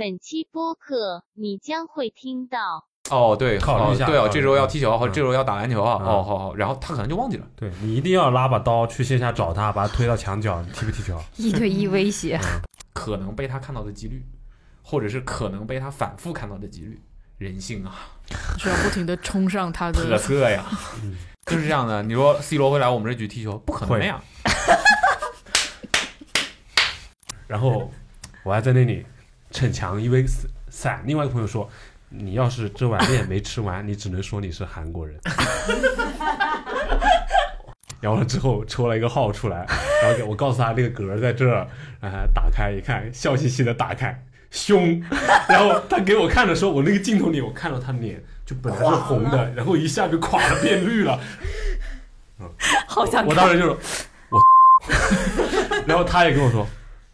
本期播客你将会听到。 哦，对， 考虑一下， 对啊，这周要踢球，或者这周要打篮球啊，好，然后他可能就忘记了。 对，你一定要拉把刀去线下找他，把他推到墙角，你踢不踢球？ 1对1威胁， 可能被他看到的几率，或者是可能被他反复看到的几率，人性啊， 是要不停的冲上他的特色呀，就是这样的。你说 C 罗会来我们这局踢球，不可能那样。 然后我还在那里逞强，因为伞。另外一个朋友说，你要是这碗面没吃完，你只能说你是韩国人。然后之后抽了一个号出来，然后我告诉他那个格在这儿，打开一看，笑嘻嘻的打开，凶。然后他给我看的时候，我那个镜头里我看到他脸就本来是红的，然后一下就垮了变绿了。 好想看。 我当时就说，然后他也跟我说。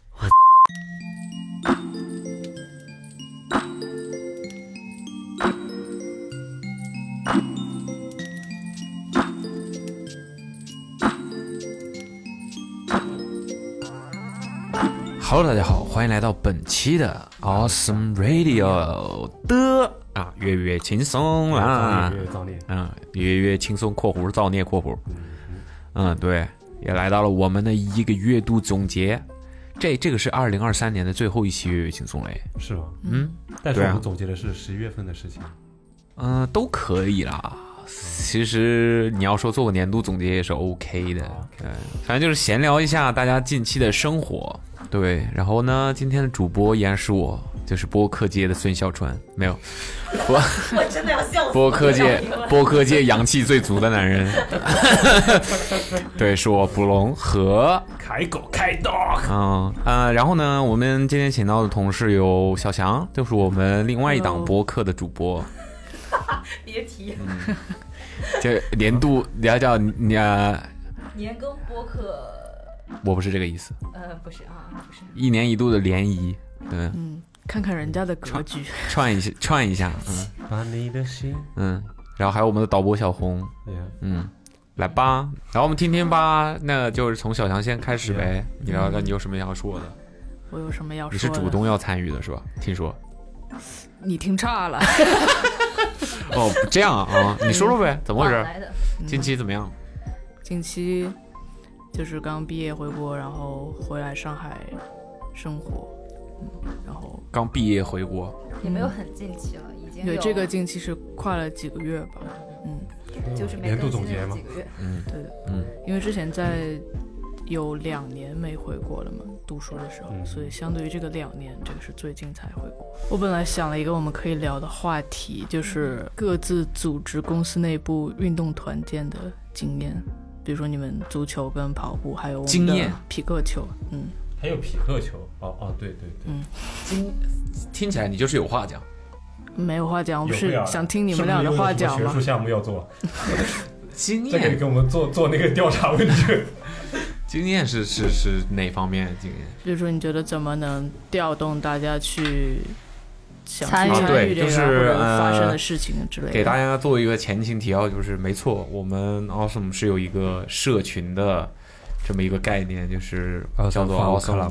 Hello， 大家好，欢迎来到本期的 Awesome Radio 的月月轻松啦，月月轻松（括弧造孽括弧）。对，也来到了我们的一个月度总结。这个是2023年的最后一期月月轻松嘞， 是吗？但是我们总结的是11月份的事情。 都可以啦。其实你要说做个年度总结也是 OK 的，反正就是闲聊一下大家近期的生活。对，然后呢，今天的主播依然是我，就是播客界的孙小川，没有， 我真的要笑死。 播客界阳气最足的男人，对，是我卜龙和开狗开 dog。 然后呢，我们今天请到的同事有小翔，就是我们另外一档播客的主播。 别提。 这年度要叫年更播客。 我不是这个意思。 不是啊，不是。 一年一度的联谊，对。 看看人家的格局， 串一下， 把你的心， 然后还有我们的导播小红，来吧，然后我们听听吧，那就是从小强先开始呗。你聊聊你有什么要说的？ 我有什么要说的？ 你是主动要参与的是吧？听说。 你听差了。 哦，这样啊，你说说呗，怎么回事？近期怎么样？ 近期就是刚毕业回国，然后回来上海生活，然后刚毕业回国， 也没有很近期了，已经有这个近期是快了几个月吧， 就是年度总结吗？ 几个月，对的，因为之前在有2年没回国了嘛，读书的时候，所以相对于这个2年，这个是最近才回国。我本来想了一个我们可以聊的话题，就是各自组织公司内部运动团建的经验，比如说你们足球跟跑步，还有我们的匹克球， 还有匹克球，对， 听起来你就是有话讲。 没有话讲，我不是想听你们俩的话讲吗？ 学术项目要做， 经验， 这可以给我们做那个调查问卷。 经验是哪方面的经验？ 比如说你觉得怎么能调动大家去参与这个就是发生的事情之类的？ 给大家做一个前情提要，就是没错，我们 Awesome 是有一个社群的这么一个概念，就是叫做 Awesome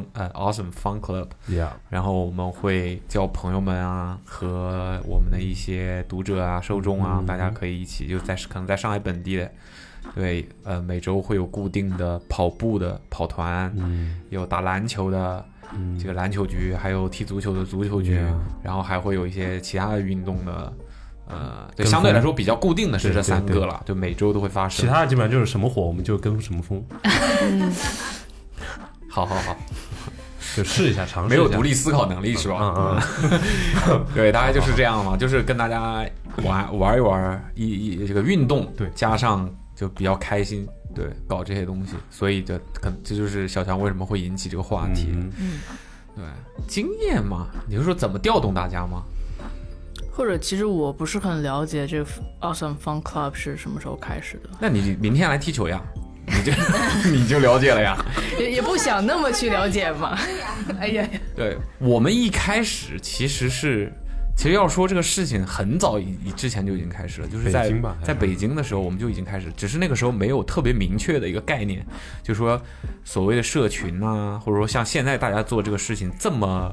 Fun Club。然后我们会叫朋友们啊和我们的一些读者啊、受众啊，大家可以一起就可能在上海本地的。对，每周会有固定的跑步的跑团，有打篮球的这个篮球局，还有踢足球的足球局，然后还会有一些其他的运动的，对，相对来说比较固定的是这3个了，就每周都会发生。 其他的基本上就是什么火我们就跟什么风。 好， 就试一下，尝试一下。 没有独立思考能力是吧？对，大概就是这样嘛，就是跟大家玩一玩这个运动，对，加上就比较开心，对，搞这些东西，所以这就是小强为什么会引起这个话题。对，经验嘛，你是说怎么调动大家吗？ 或者其实我不是很了解这 Awesome Fun Club 是什么时候开始的。 那你明天来踢球呀？你就了解了呀？ 也不想那么去了解嘛。哎呀， 对，我们一开始其实要说这个事情很早之前就已经开始了，就是在北京的时候我们就已经开始，只是那个时候没有特别明确的一个概念，就是说所谓的社群啊，或者说像现在大家做这个事情这么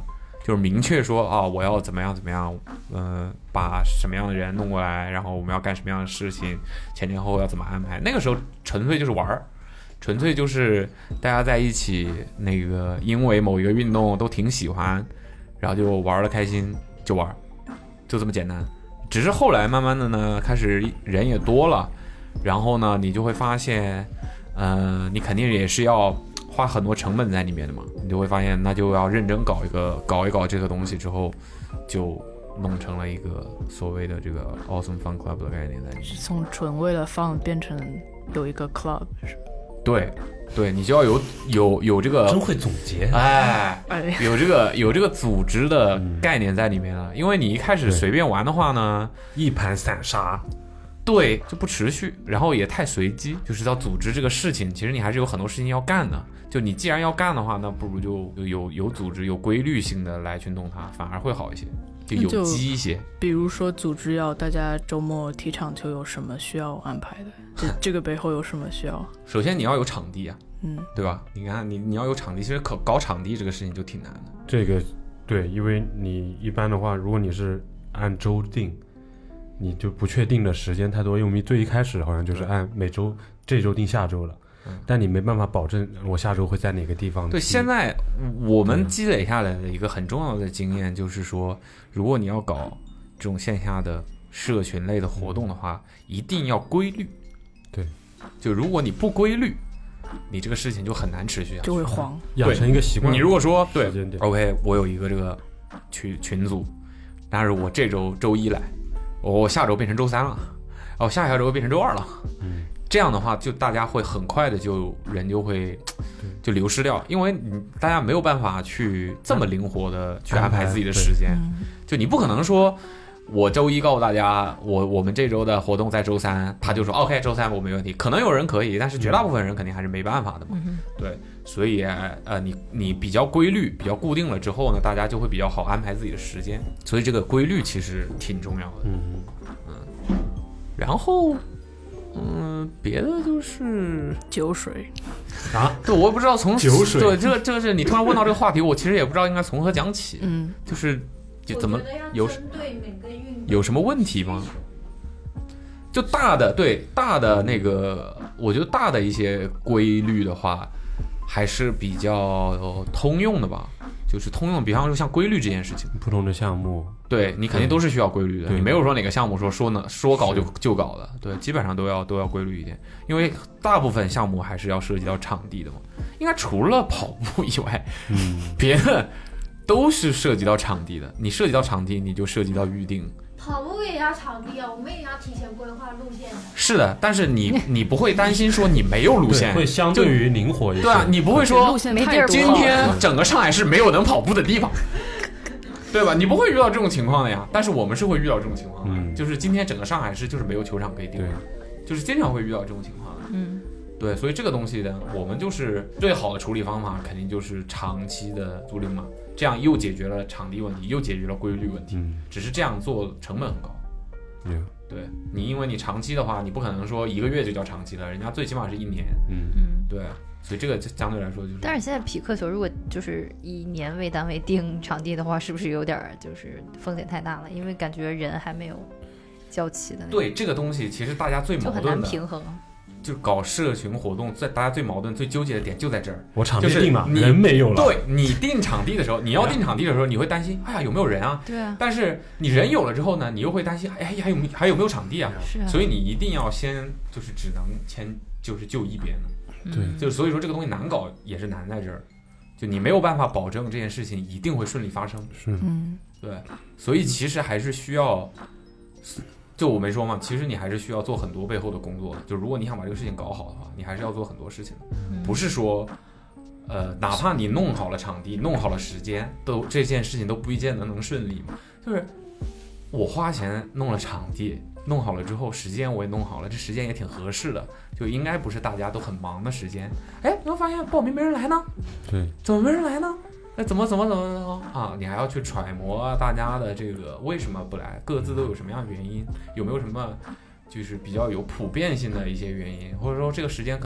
就是明确说啊，我要怎么样怎么样，把什么样的人弄过来，然后我们要干什么样的事情，前前后后要怎么安排。那个时候纯粹就是玩儿，纯粹就是大家在一起，那个因为某一个运动都挺喜欢，然后就玩得开心就玩，就这么简单。只是后来慢慢的呢，开始人也多了，然后呢，你就会发现，你肯定也是要花很多成本在里面的嘛，你就会发现，那就要认真搞一搞这个东西之后，就弄成了一个所谓的这个 Awesome Fun Club 的概念在里面。 从纯为了 fun 变成有一个 club， 对，你就要有这个， 真会总结， 有这个组织的概念在里面了。因为你一开始随便玩的话呢， 一盘散沙，对， 就不持续，然后也太随机。就是要组织这个事情，其实你还是有很多事情要干的。就你既然要干的话，那不如就有组织、有规律性的来去弄它，反而会好一些，就有机一些。 比如说，组织要大家周末踢场球有什么需要安排的？这个背后有什么需要？ 首先你要有场地啊，对吧？你看你要有场地，其实搞场地这个事情就挺难的。 这个对，因为你一般的话，如果你是按周定，你就不确定的时间太多，因为我们最一开始好像就是按每周这周定下周了。但你没办法保证我下周会在哪个地方。 对，现在我们积累下来的一个很重要的经验就是说，如果你要搞这种线下的社群类的活动的话，一定要规律。 对， 就如果你不规律，你这个事情就很难持续下去， 就会慌， 养成一个习惯。 你如果说对 ，OK， 我有一个这个群组，但是我这周一来，我下周变成周三了，下周变成周二了。这样的话，就大家会很快的人就会就流失掉，因为大家没有办法去这么灵活的去安排自己的时间。就你不可能说，我周一告诉大家，我们这周的活动在周三，他就说 OK， 周三我没问题。可能有人可以，但是绝大部分人肯定还是没办法的嘛。对，所以你比较规律、比较固定了之后呢，大家就会比较好安排自己的时间。所以这个规律其实挺重要的。然后。别的就是酒水啊， 对，我也不知道从酒水， 对，这个是你突然问到这个话题，我其实也不知道应该从何讲起。就是怎么有什么问题吗？就大的那个，我觉得大的一些规律的话，还是比较通用的吧。就是通用，比方说像规律这件事情， 不同的项目， 对你肯定都是需要规律的。你没有说哪个项目说搞就搞的，对，基本上都要规律一点，因为大部分项目还是要涉及到场地的嘛。应该除了跑步以外，别的都是涉及到场地的。你涉及到场地，你就涉及到预定。 跑步也要场地啊，我们也要提前规划路线的。 是的，但是你不会担心说你没有路线， 会相对于灵活一些。 对啊，你不会说路线没地儿， 今天整个上海市没有能跑步的地方，对吧？你不会遇到这种情况的呀。但是我们是会遇到这种情况的，就是今天整个上海市就是没有球场可以定的，就是经常会遇到这种情况的。对，所以这个东西呢，我们就是最好的处理方法，肯定就是长期的租赁嘛。这样又解决了场地问题，又解决了规律问题。只是这样做成本很高。对，因为你长期的话，你不可能说1个月就叫长期了，人家最起码是1年。对，所以这个相对来说就是。 但是现在匹克球如果就是以年为单位定场地的话，是不是有点就是风险太大了？因为感觉人还没有交齐的。 对，这个东西其实大家最矛盾的， 就很难平衡。 就搞社群活动，大家最矛盾、最纠结的点就在这儿。 我场地定了，人没有了。 对，你定场地的时候，你要定场地的时候，你会担心，哎呀，有没有人啊？ 对啊。 但是你人有了之后呢，你又会担心，哎，还有没有场地啊？ 是啊。 所以你一定要先就是只能就一边的。 对。 就所以说这个东西难搞也是难在这儿，就你没有办法保证这件事情一定会顺利发生。 是。 对，所以其实还是需要。就我没说嘛，其实你还是需要做很多背后的工作的。就如果你想把这个事情搞好的话，你还是要做很多事情的。不是说，哪怕你弄好了场地，弄好了时间，这件事情都不一定能顺利嘛。就是我花钱弄了场地，弄好了之后，时间我也弄好了，这时间也挺合适的，就应该不是大家都很忙的时间。哎，你会发现报名没人来呢？ 对， 怎么没人来呢？那怎么啊？你还要去揣摩大家的这个为什么不来，各自都有什么样的原因，有没有什么就是比较有普遍性的一些原因，或者说这个时间可能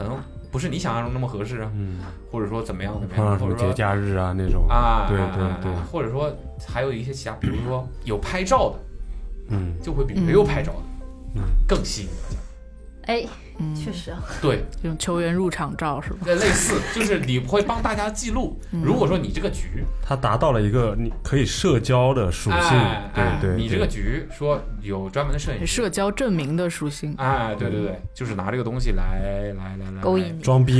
不是你想象中那么合适啊，或者说怎么样， 碰上什么节假日啊那种啊， 对对对， 或者说还有一些其他，比如说有拍照的，就会比没有拍照的，更吸引大家。 哎，确实啊， 对， 这种球员入场照是吧？ 类似，就是你会帮大家记录。如果说你这个局， 它达到了一个你可以社交的属性，对， 你这个局说有专门的摄影师， 社交证明的属性， 对对对，就是拿这个东西来勾引你， 装逼。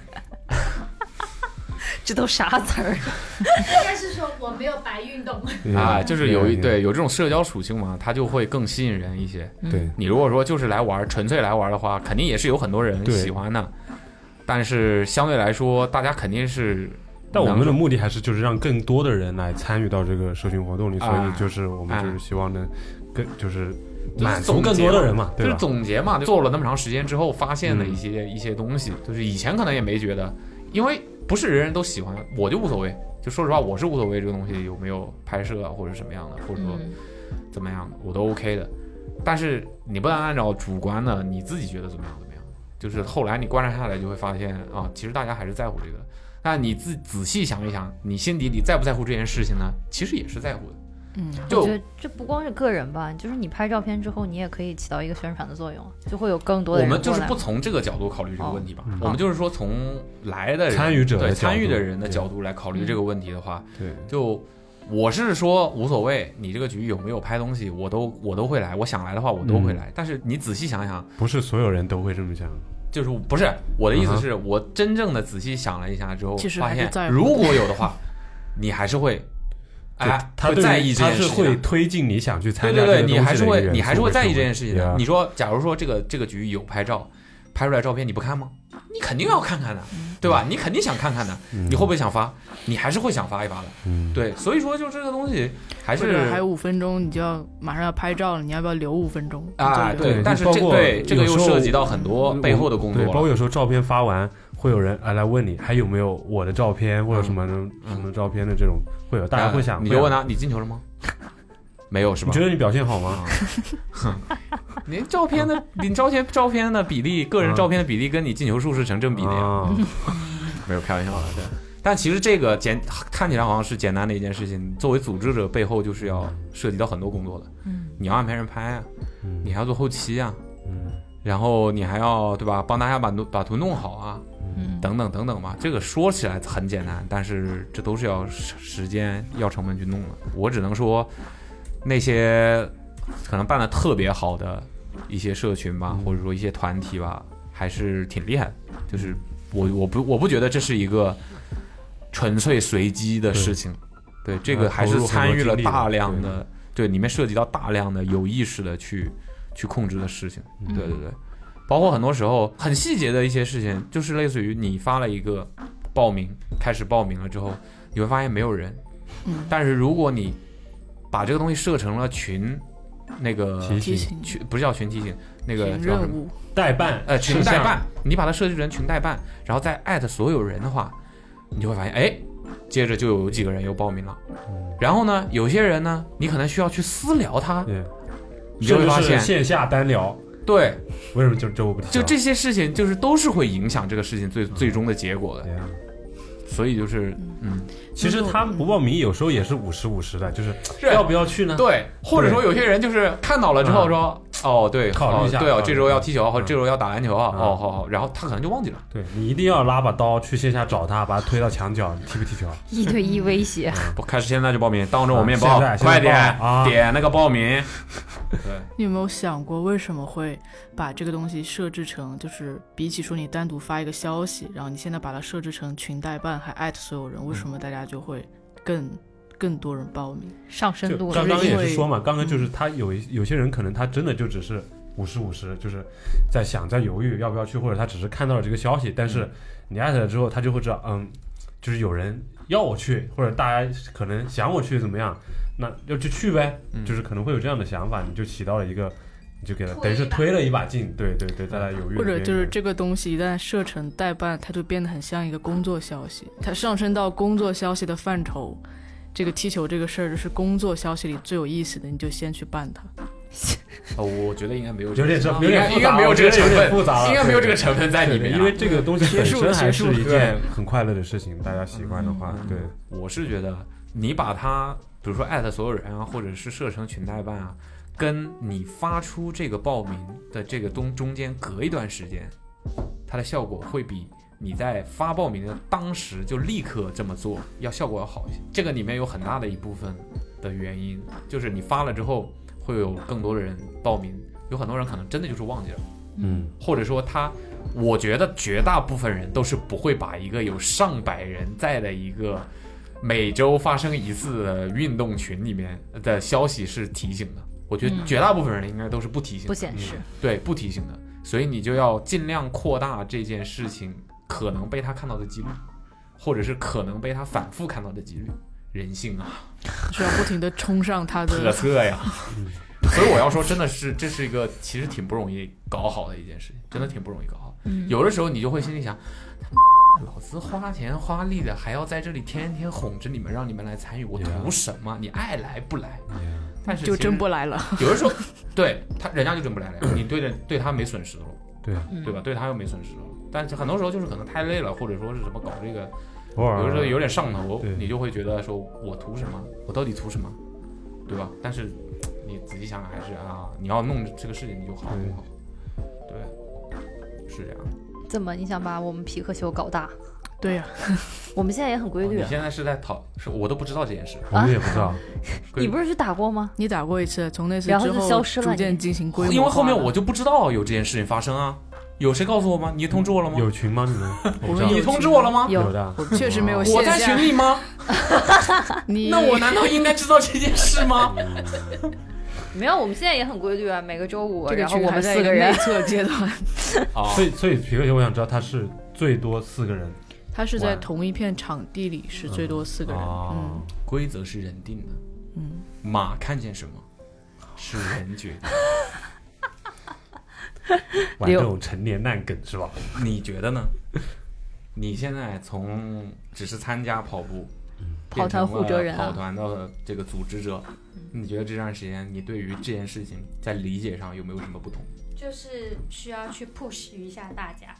这都啥词儿？ 应该是说我没有白运动就是有这种社交属性嘛，它就会更吸引人一些。 对， 你如果说就是来玩，纯粹来玩的话，肯定也是有很多人喜欢的，但是相对来说，大家肯定是。 但我们的目的还是就是让更多的人来参与到这个社群活动里，所以就是我们就是希望能就是满足更多的人嘛，对吧？ 就是总结嘛，做了那么长时间之后发现的一些东西，就是以前可能也没觉得，因为不是人人都喜欢，我就无所谓。就说实话，我是无所谓这个东西有没有拍摄啊，或者什么样的，或者说怎么样的，我都 OK 的。但是你不能按照主观的你自己觉得怎么样，就是后来你观察下来就会发现啊，其实大家还是在乎这个。但你仔细想一想，你心底里在不在乎这件事情呢？其实也是在乎的。 我觉得这不光是个人吧，就是你拍照片之后，你也可以起到一个宣传的作用，就会有更多的人过来。 我们就是不从这个角度考虑这个问题吧，我们就是说从来的人参与者的参与的人的角度来考虑这个问题的话， 对， 就我是说无所谓，你这个局有没有拍东西，我都会来，我想来的话我都会来。但是你仔细想想， 不是所有人都会这么想。 就是不是我的意思是我真正的仔细想了一下之后，发现如果有的话，你还是会。 他会在意这件事情， 他是会推进你想去参加。 对，你还是会在意这件事情的。你说，假如说这个局有拍照，拍出来照片你不看吗？你肯定要看看的，对吧？你肯定想看看的，你会不会想发？你还是会想发一发的。对，所以说就这个东西还是还有5分钟，你就要马上要拍照了，你要不要留5分钟？ 对，但是这个又涉及到很多背后的工作， 包括有时候照片发完。会有人来问你还有没有我的照片或者什么照片的这种会有，大家会想， 你就问他你进球了吗？没有是吧？ 你觉得你表现好吗？ 你照片的比例，个人照片的比例跟你进球数是成正比的呀。没有开玩笑的，对。但其实这个看起来好像是简单的一件事情，作为组织者背后就是要涉及到很多工作的。你要安排人拍啊，你还要做后期啊，然后你还要对吧，帮大家把图弄好啊。等等等等吧，这个说起来很简单，但是这都是要时间要成本去弄的。我只能说，那些可能办得特别好的一些社群吧，或者说一些团体吧，还是挺厉害的。就是我不觉得这是一个纯粹随机的事情，对这个还是参与了大量的，对里面涉及到大量的有意识的去控制的事情，对对对。包括很多时候很细节的一些事情，就是类似于你发了一个报名，开始报名了之后，你会发现没有人。但是如果你把这个东西设成了群，那个提醒群不是叫群提醒，那个叫任务代办， 群代办，你把它设计成群代办，然后再艾特所有人的话，你就会发现，接着就有几个人又报名了。然后呢，有些人呢，你可能需要去私聊他，你就会发现线下单聊。 对， 为什么就我不提？ 就这些事情，就是都是会影响这个事情最终的结果的。所以就是其实他不报名有时候也是50-50的，就是要不要去呢？ 对，或者说有些人就是看到了之后说，对， 考虑一下， 对这周要踢球，或者这周要打篮球啊，好，然后他可能就忘记了。 对，你一定要拉把刀去线下找他，把他推到墙角，你踢不踢球 ？1对1威胁。 不开始现在就报名，当着我面报，快点点那个报名。对， 你有没有想过为什么会把这个东西设置成，就是比起说你单独发一个消息，然后你现在把它设置成群代办，还艾特所有人，为什么大家就会更多人报名？ 上深度。 刚刚也是说嘛，刚刚就是他有些人可能他真的就只是50-50，就是在犹豫要不要去，或者他只是看到了这个消息，但是你艾特了之后，他就会知道，就是有人要我去，或者大家可能想我去怎么样。那就去呗，就是可能会有这样的想法，你就起到了一个，你就给他等于是推了一把劲，对，大家犹豫。 或者就是这个东西一旦设成代办，它就变得很像一个工作消息，它上升到工作消息的范畴。这个踢球这个事儿就是工作消息里最有意思的，你就先去办它。 我觉得应该没有， 有点应该没有这个成分，应该没有这个成分在里面， 因为这个东西本身还是一件很快乐的事情，大家习惯的话，对， 我是觉得你把它，比如说艾特所有人啊，或者是设成群代办啊，跟你发出这个报名的这个中间隔一段时间，它的效果会比你在发报名的当时就立刻这么做效果要好一些。这个里面有很大的一部分的原因，就是你发了之后会有更多的人报名，有很多人可能真的就是忘记了，或者说我觉得绝大部分人都是不会把一个有上百人在的一个每周发生一次的运动群里面的消息是提醒的。我觉得绝大部分人应该都是不提醒的， 不显示， 对，不提醒的。所以你就要尽量扩大这件事情可能被他看到的几率，或者是可能被他反复看到的几率。人性啊， 需要不停的冲上他的特色呀。所以我要说，真的是这是一个其实挺不容易搞好的一件事情，真的挺不容易搞好。有的时候你就会心里想，老子花钱花力的，还要在这里天天哄着你们，让你们来参与，我图什么？你爱来不来？但是就真不来了。 有的时候，对人家就真不来了，你对他没损失了，对吧？对他又没损失了。但是很多时候就是可能太累了，或者说是什么搞这个。有的时候有点上头，你就会觉得说我图什么？我到底图什么？对吧？但是你仔细想想，还是你要弄这个事情，你就好好。对，是这样。 怎么你想把我们匹克球搞大？ 对呀， 我们现在也很规律。 你现在是在我都不知道这件事， 我们也不知道。 你不是去打过吗？ 你打过一次，从那次然后之后就消失了， 逐渐进行规模化。 因为后面我就不知道有这件事情发生啊。有谁告诉我吗？你通知我了吗？ 有群吗？你们？ 你通知我了吗？ 有的， 我确实没有。 我在群里吗？那我难道应该知道这件事吗？ 没有，我们现在也很规律啊，每个周五， 这个然后我们 4个人内测阶段。 所以皮克球，我想知道他是最多4个人。 他是在同一片场地里是最多4个人。 规则是人定的。马看见什么是人决定。 玩这种陈年烂梗是吧？ 你觉得呢？你现在从只是参加跑步， 跑团负责人， 跑团的这个组织者，你觉得这段时间你对于这件事情在理解上有没有什么不同？ 就是需要去 push 一下大家，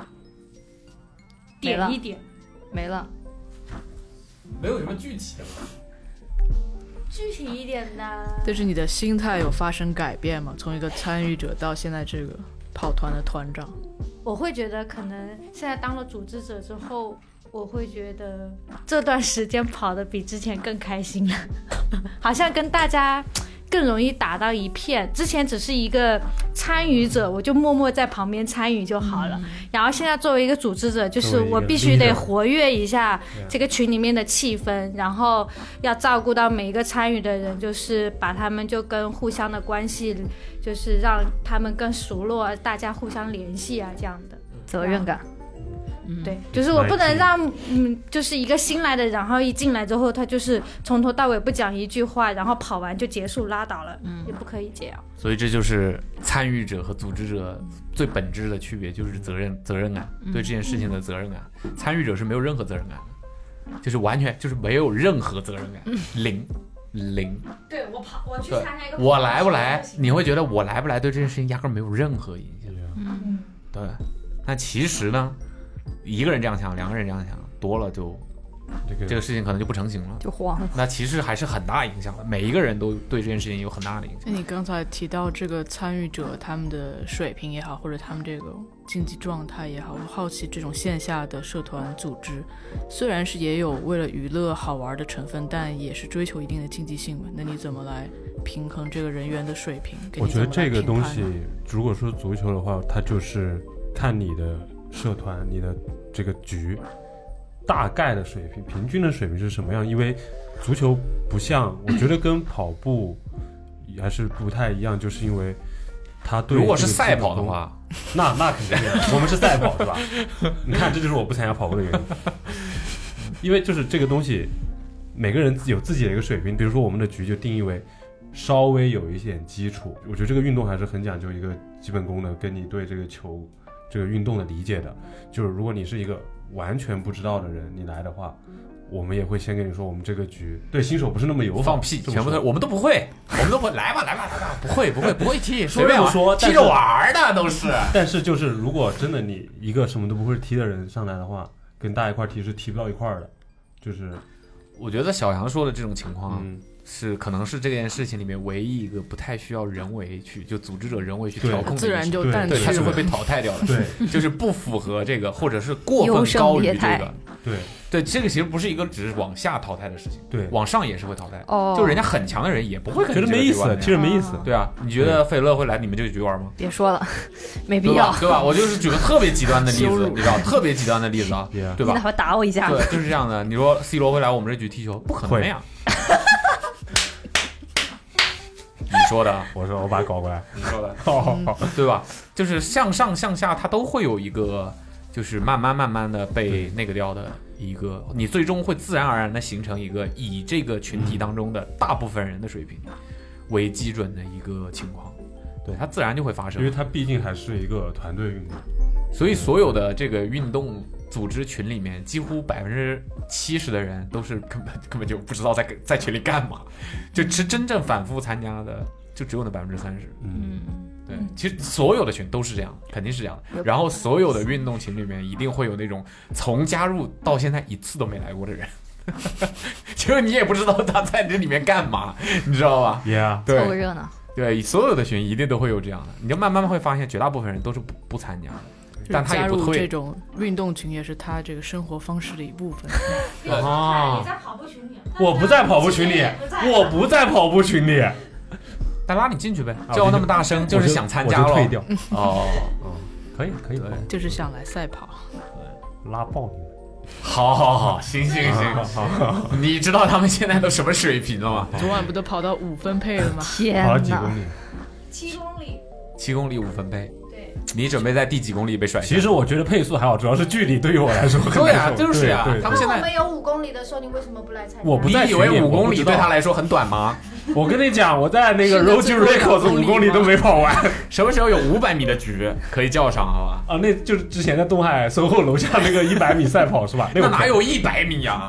点一点， 没了， 没有什么具体的吗？ 具体一点的。 但是你的心态有发生改变吗？从一个参与者到现在这个跑团的团长， 我会觉得可能现在当了组织者之后，我会觉得这段时间跑得比之前更开心了，好像跟大家更容易打到一片。之前只是一个参与者，我就默默在旁边参与就好了。然后现在作为一个组织者，就是我必须得活跃一下这个群里面的气氛，然后要照顾到每一个参与的人，就是把他们就跟互相的关系，就是让他们更熟络，大家互相联系啊，这样的责任感。 对，就是我不能让就是一个新来的，然后一进来之后他就是从头到尾不讲一句话，然后跑完就结束拉倒了，也不可以这样。 所以这就是参与者和组织者最本质的区别，就是责任感，对这件事情的责任感。参与者是没有任何责任感的，就是完全就是没有任何责任感，零。 对，我去参加一个， 我来不来，你会觉得我来不来对这件事情压根没有任何影响。对，但其实呢，一个人这样想，2个人这样想，多了就这个事情可能就不成型了， 就慌了。 那其实还是很大影响的，每一个人都对这件事情有很大的影响。 那你刚才提到这个参与者他们的水平也好，或者他们这个竞技状态也好，我好奇这种线下的社团组织虽然是也有为了娱乐好玩的成分，但也是追求一定的竞技性嘛，那你怎么来平衡这个人员的水平？ 我觉得这个东西如果说足球的话，它就是看你的社团你的这个局大概的水平，平均的水平是什么样。因为足球不像，我觉得跟跑步还是不太一样，就是因为它对如果是赛跑的话， 那肯定我们是赛跑是吧？你看，这就是我不参加跑步的原因。因为就是这个东西每个人有自己的一个水平，比如说我们的局就定义为稍微有一点基础。我觉得这个运动还是很讲究一个基本功的，跟你对这个球这个运动的理解的。就是如果你是一个完全不知道的人，你来的话， 我们也会先跟你说，我们这个局对新手不是那么友好。 放屁，全部都我们都不会，我们都不会，来吧，不会踢，随便说踢着玩的都是。 但是就是如果真的你一个什么都不会踢的人上来的话，跟大家一块踢是踢不到一块的。就是我觉得小杨说的这种情况。是可能是这件事情里面唯一一个不太需要人为去就组织者人为去调控的， 自然就淡去， 它是会被淘汰掉的。 对， 就是不符合这个，或者是过分高于这个。对，这个其实不是一个只是往下淘汰的事情， 对， 往上也是会淘汰。就人家很强的人也不会觉得没意思，其实没意思。 对啊，你觉得费勒会来你们这个局玩吗？ 别说了，没必要， 对吧？我就是举个特别极端的例子，你知道，特别极端的例子啊，对吧？ 你哪怕打我一下， 对，就是这样的。你说 C 罗会来我们这局踢球，不可能呀。你说的， 我说我把它搞过来， 你说的，对吧？就是向上向下，它都会有一个，就是慢慢的被那个掉的一个，你最终会自然而然的形成一个以这个群体当中的大部分人的水平为基准的一个情况，对，它自然就会发生， 因为它毕竟还是一个团队运动， 所以所有的这个运动组织群里面，几乎70%的人都是根本就不知道在群里干嘛，就是真正反复参加的就只有那30%。对，其实所有的群都是这样，肯定是这样的。然后所有的运动群里面一定会有那种从加入到现在一次都没来过的人，就是你也不知道他在这里面干嘛，你知道吧 ？Yeah， 对， 凑个热闹。 对，所有的群一定都会有这样的，你就慢慢会发现，绝大部分人都是不参加的。但他也不退。 加入这种运动群也是他这个生活方式的一部分。 你在跑步群里？ 我不在跑步群里，我不在跑步群里。 但拉你进去呗，叫那么大声，就是想参加了。 我就退掉。 哦， 可以， 就是想来赛跑， 拉爆你。 好，行，你知道他们现在都什么水平了吗？ 昨晚不都跑到5分配了吗？ 天哪！ 跑了几公里 ？7公里。 7公里5分配。你准备在第几公里被甩下？ 其实我觉得配速还好，主要是距离对于我来说很难受。 对啊，就是啊。他们现在我们有5公里的时候，你为什么不来参加？ 我不在。 你以为5公里对他来说很短吗？ 我跟你讲，我在那个 Road to Records 5公里都没跑完。 什么时候有500米的局可以叫上？好吧？ 啊，那就是之前在东海 SOHO 楼下那个100米赛跑是吧？ 那哪有100米啊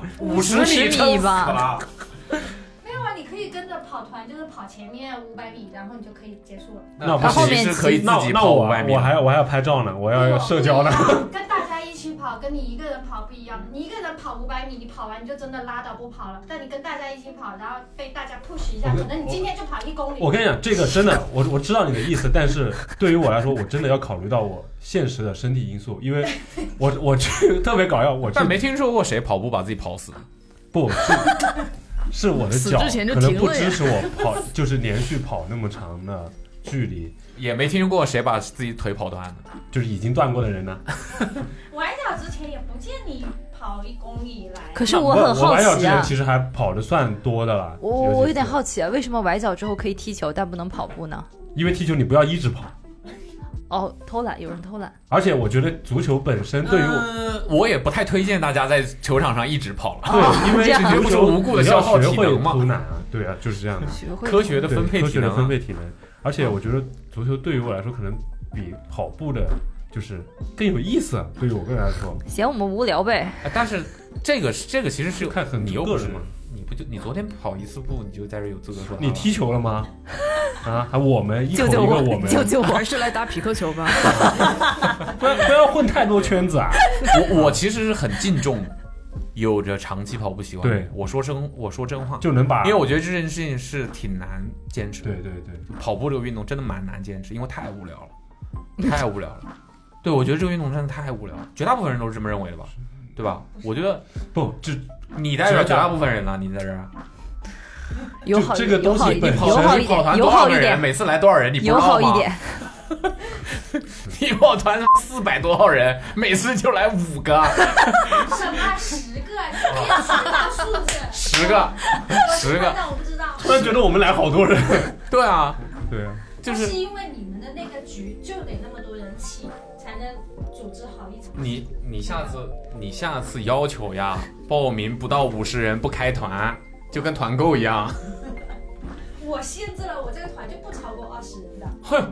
？50米吧。 你可以跟着跑团，就是跑前面500米，然后你就可以结束了。 那他后面是可以自己跑500米。 我还要拍照呢，我要社交呢。 跟大家一起跑，跟你一个人跑不一样。你一个人跑500米，你跑完你就真的拉倒不跑了。但你跟大家一起跑，然后被大家 push 一下，可能你今天就跑1公里。 我跟你讲，这个真的，我知道你的意思，但是对于我来说，我真的要考虑到我现实的身体因素，因为我特别搞笑， 但没听说过谁跑步把自己跑死。 不是我的脚可能不支持我跑，就是连续跑那么长的距离， 也没听过谁把自己腿跑断的， 就是已经断过的人呢。 崴脚之前也不见你跑1公里来。 可是我很好奇啊， 我崴脚之前其实还跑得算多的了。 我有点好奇啊，为什么崴脚之后可以踢球，但不能跑步呢？ 因为踢球你不要一直跑。 哦，偷懒，有人偷懒。 而且我觉得足球本身对于我也不太推荐大家在球场上一直跑了。 对，因为足球无故的消耗体能嘛。 偷懒啊，对啊，就是这样的。 科学的分配体能。而且我觉得足球对于我来说，可能比跑步的就是更有意思。对于我个人来说， 嫌我们无聊呗。 但是这个其实是看很你又不是嘛。 你昨天跑1次步，你就在这有资格说你踢球了吗？啊，我们一口一个我们， 救我， 还是来打匹克球吧。 不要混太多圈子啊！ 我其实是很敬重有着长期跑步习惯。 对， 我说真话， 就能把， 因为我觉得这件事情是挺难坚持的。 对， 跑步这个运动真的蛮难坚持，因为太无聊了。对，我觉得这个运动真的太无聊了，绝大部分人都是这么认为的吧？对吧？我觉得不， 你代表绝大部分人了，你在这儿。 友好这个东西本身， 跑团多少个人？每次来多少人？你不知道吗？ 友好一点。 你跑团400多号人，每次就来5个。 什么10个？你别说大数字。10个，我不知道。 突然觉得我们来好多人。 对啊， 就是因为你们的那个局就得那么多人起，才能组织好一场。 你下次要求呀，报名不到50人不开团。就跟团购一样， 我限制了，我这个团就不超过20人的。 哼，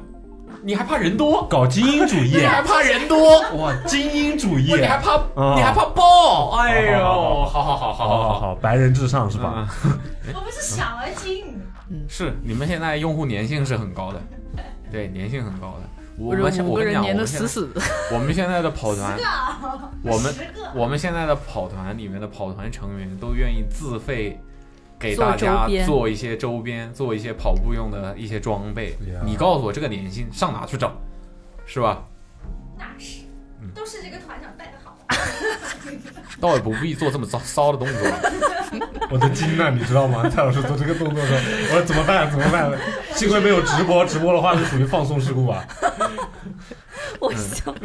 你还怕人多？ 搞精英主义， 你还怕人多？ 哇，精英主义， 你还怕爆？哎呦， 好，白人至上是吧？ 我们是小而精。 是，你们现在用户粘性是很高的，对，粘性很高的。我 5个人粘的得死死的。 我们现在的跑团，我们现在的跑团里面的跑团成员都愿意自费给大家做一些周边，做一些跑步用的一些装备。你告诉我这个粘性上哪去找，是吧？ 那是，都是这个团长带的好。 倒也不必做这么骚的动作。 我都惊了，你知道吗？蔡老师做这个动作的时候，我说怎么办？幸亏没有直播，直播的话是属于放松事故吧。 我笑。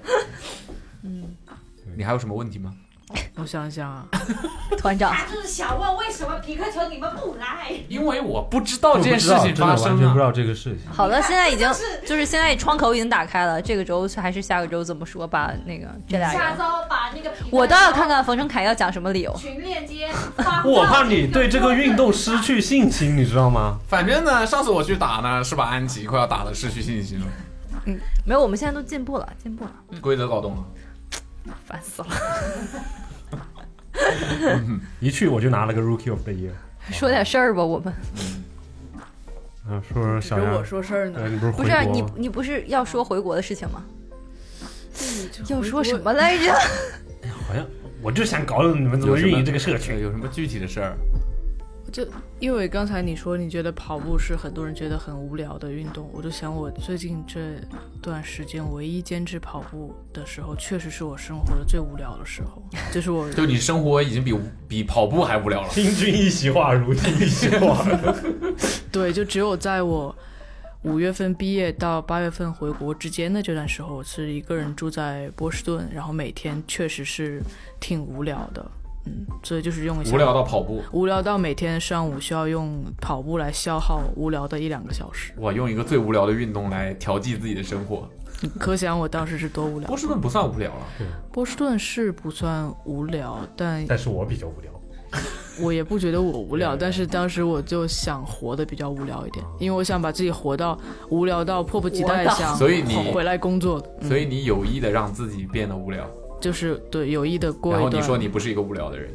你还有什么问题吗？ 我想想啊， 团长， 他就是想问为什么皮克球你们不来？ 因为我不知道这件事情发生， 完全不知道这个事情。 好了，现在已经就是现在窗口已经打开了，这个周还是下个周怎么说？把那个这俩人， 下周把那个我倒要看看冯成凯要讲什么理由。 群链接， 我怕你对这个运动失去信心，你知道吗？ 反正呢，上次我去打呢，是把安吉快要打得失去信心了。 没有，我们现在都进步了。 规则搞懂了， 烦死了。 一去我就拿了个 Rookie of the Year。 说点事儿吧，我们。 说小杨， 我说事儿呢。 你不是不是你不是要说回国的事情吗？要说什么来着？ 好像我就想搞懂你们怎么运营这个社群。 有什么具体的事儿？ 就因为刚才你说你觉得跑步是很多人觉得很无聊的运动，我就想我最近这段时间唯一坚持跑步的时候，确实是我生活的最无聊的时候。就你生活已经比跑步还无聊了。 听君一席话，如听一席话。 对，就只有在我5月份毕业到8月份回国之间的这段时候，我是一个人住在波士顿，然后每天确实是挺无聊的。所以就是用一下无聊到跑步， 无聊到每天上午需要用跑步来消耗无聊的1-2个小时。 哇，用一个最无聊的运动来调剂自己的生活， 可想我当时是多无聊。 波士顿不算无聊了， 波士顿是不算无聊，但是我比较无聊。 我也不觉得我无聊，但是当时我就想活得比较无聊一点，因为我想把自己活到无聊到迫不及待想回来工作。 所以你有意的让自己变得无聊。 就是对有意的过一段。 然后你说你不是一个无聊的人。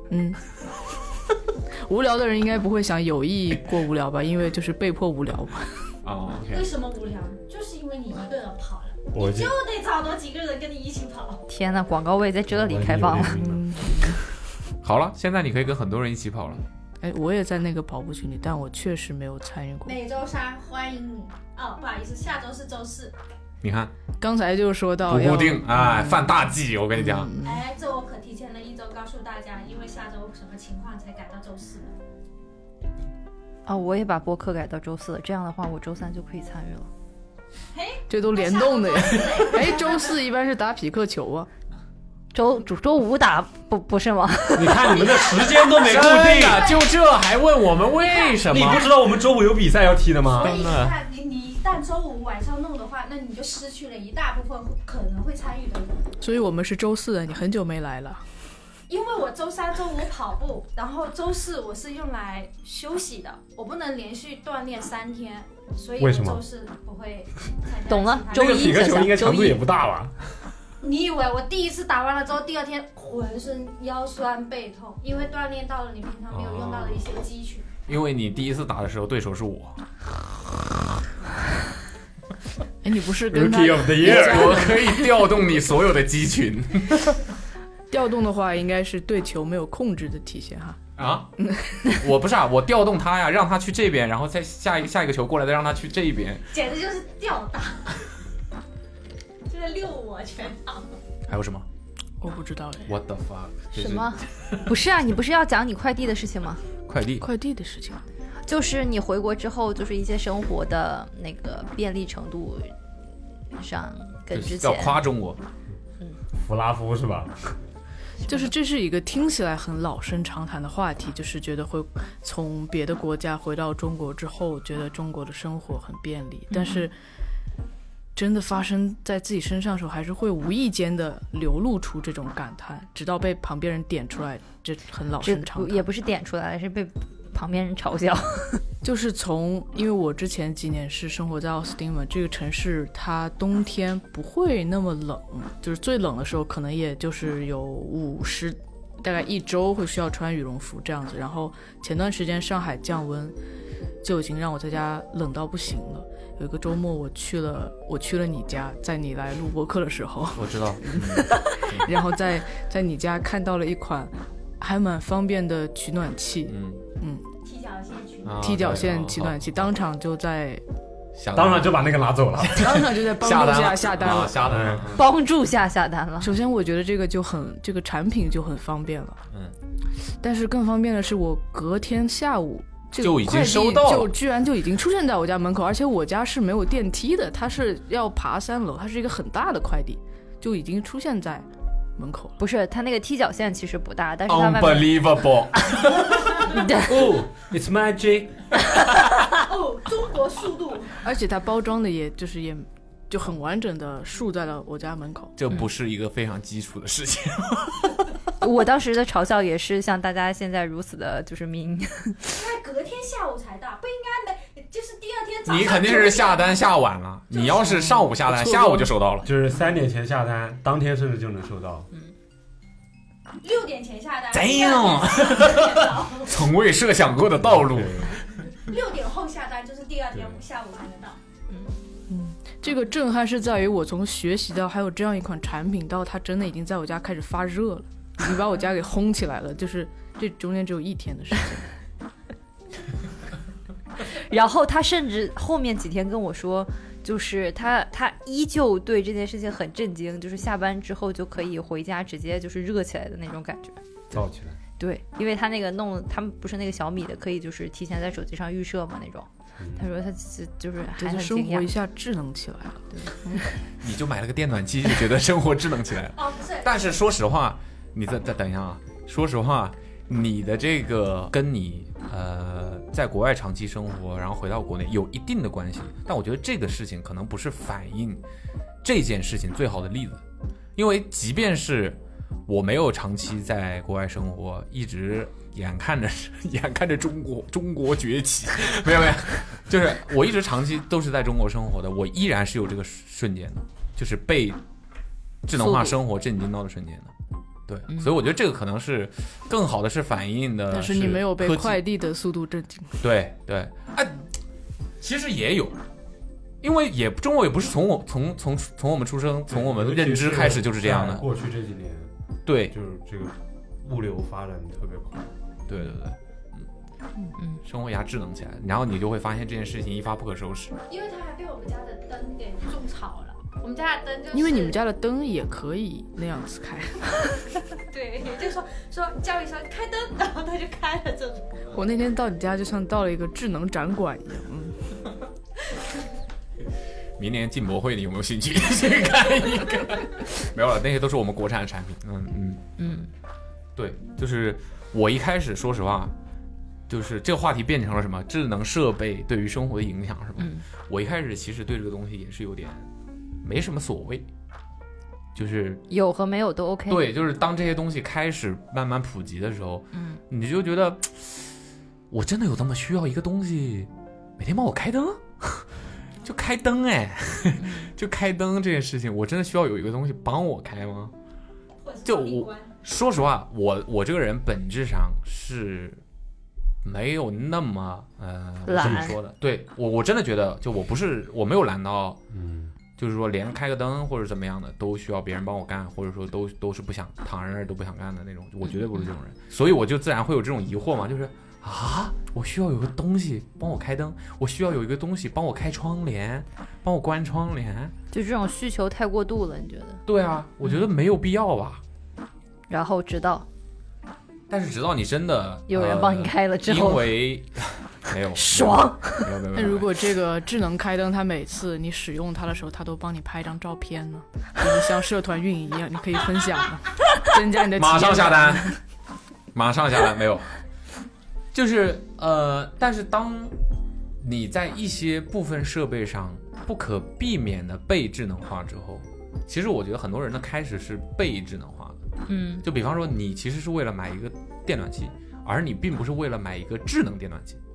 无聊的人应该不会想有意过无聊吧，因为就是被迫无聊吧。 为什么无聊？就是因为你一个人跑了，你就得找多几个人跟你一起跑。 天哪，广告位在这里开放了。 好了，现在你可以跟很多人一起跑了。 我也在那个跑步群里，但我确实没有参与过。 每周3欢迎你。不好意思，下周是周4。 你看， 刚才就说到不固定，犯大忌，我跟你讲。 这我可提前了1周告诉大家，因为下周什么情况才改到周4的。 我也把播客改到周4了，这样的话我周3就可以参与了。 这都联动的呀。周4一般是打匹克球啊。 周5打不是吗？ 你看你们的时间都没固定， 就这还问我们为什么？ 你不知道我们周5有比赛要踢的吗？ 所以你看，你一旦周5晚上弄的话，那你就失去了一大部分可能会参与的人。 所以我们是周4的，你很久没来了。 因为我周3、周5跑步，然后周4我是用来休息的，我不能连续锻炼3天，所以我周4不会参加。 懂了，周1 匹克球应该强度也不大吧？ 你以为我第一次打完了之后，第2天浑身腰酸背痛，因为锻炼到了你平常没有用到的一些肌群。 因为你第一次打的时候，对手是我。 你不是跟他 Rookie of the Year， 我可以调动你所有的肌群。 调动的话，应该是对球没有控制的体现哈。 我不是我调动他呀，让他去这边，然后再下一个球过来，再让他去这一边， 简直就是吊打。这个6我全打。 还有什么？ 我不知道哎。 What the fuck？ 什么？不是啊，你不是要讲你快递的事情吗？ 快递的事情， 就是你回国之后，就是一些生活的那个便利程度上跟之前要夸中国。 弗拉夫是吧？ 就是这是一个听起来很老生常谈的话题，就是觉得会从别的国家回到中国之后，觉得中国的生活很便利，但是真的发生在自己身上的时候，还是会无意间的流露出这种感叹，直到被旁边人点出来，这很老生常谈。 也不是点出来，是被旁边人嘲笑。 就是因为我之前几年是生活在奥斯汀嘛，这个城市它冬天不会那么冷，就是最冷的时候可能也就是有大概1周会需要穿羽绒服这样子。然后前段时间上海降温，就已经让我在家冷到不行了。有一个周末我去了你家，在你来录播客的时候， 我知道， 然后在你家看到了一款还蛮方便的取暖器，踢脚线取暖器，当场就把那个拿走了， 当场就在帮助下单了， 帮助下单了。 首先我觉得这个产品就很方便了，但是更方便的是我隔天下午就已经收到了， 居然就已经出现在我家门口，而且我家是没有电梯的，它是要爬3楼，它是一个很大的快递，就已经出现在门口了。 不是，它那个踢脚线其实不大，但是它外面 Unbelievable 哦，It's magic 哦，中国速度。 而且它包装的也就很完整的竖在了我家门口。 这不是一个非常基础的事情。 我当时的嘲笑也是像大家现在如此的就是明他隔天下午才到，不应该的，就是第2天早上。 你肯定是下单下晚了，你要是上午下单，下午就收到了。 就是3点前下单，当天甚至就能收到。 6点前下单， 这样，从未设想过的道路。 6点后下单就是第2天下午才能到。 这个震撼是在于我从学习到还有这样一款产品到它真的已经在我家开始发热了，已经把我家给烘起来了，就是这中间只有1天的时间。 然后他甚至后面几天跟我说，就是他依旧对这件事情很震惊，就是下班之后就可以回家直接就是热起来的那种感觉， 燥起来。 对，因为他那个他们不是那个小米的，可以就是提前在手机上预设嘛那种。他说他就是还很生惊讶， 活一下智能起来了。 对， 你就买了个电暖气，就觉得生活智能起来了。 哦，不是。 但是说实话，你再等一下啊，说实话，你的这个跟你在国外长期生活，然后回到国内有一定的关系，但我觉得这个事情可能不是反映这件事情最好的例子，因为即便是我没有长期在国外生活，一直眼看着中国崛起，没有，就是我一直长期都是在中国生活的，我依然是有这个瞬间的，就是被智能化生活震惊到的瞬间的。对，所以我觉得这个可能是更好的是反映的， 但是你没有被快递的速度震惊。 对，其实也有，因为中国也不是从我们出生，从我们认知开始就是这样的。 过去这几年， 对， 就是这个物流发展特别快。 对，生活智能起来，然后你就会发现这件事情一发不可收拾。 因为它还被我们家的灯给种草了。我们家的灯就是， 因为你们家的灯也可以那样子开。 对，就说叫一声开灯，然后它就开了这种。 我那天到你家就像到了一个智能展馆一样。 明年进博会你有没有兴趣去看一看？没有了，那些都是我们国产的产品。对，就是我一开始说实话，就是这个话题变成了什么智能设备对于生活的影响是吧？我一开始其实对这个东西也是有点没什么所谓，就是有和没有都 OK。 对，就是当这些东西开始慢慢普及的时候，你就觉得我真的有这么需要一个东西每天帮我开灯？就开灯就开灯这件事情，我真的需要有一个东西帮我开吗？就我说实话，我这个人本质上是没有那么怎么说的？对，我真的觉得，就我没有懒到，就是说连开个灯或者怎么样的都需要别人帮我干，或者说都是不想躺在那儿都不想干的那种，我绝对不是这种人，所以我就自然会有这种疑惑嘛，就是我需要有个东西帮我开灯，我需要有一个东西帮我开窗帘，帮我关窗帘， 就这种需求太过度了，你觉得？ 对啊，我觉得没有必要吧。 然后但是直到你真的有人帮你开了之后， 因为没有爽， 没有。 那如果这个智能开灯，它每次你使用它的时候，它都帮你拍一张照片呢，就是像社团运营一样，你可以分享的，增加你的体验。 马上下单，没有。就是但是当你在一些部分设备上不可避免的被智能化之后，其实我觉得很多人的开始是被智能化的。就比方说你其实是为了买一个电暖器，而你并不是为了买一个智能电暖器，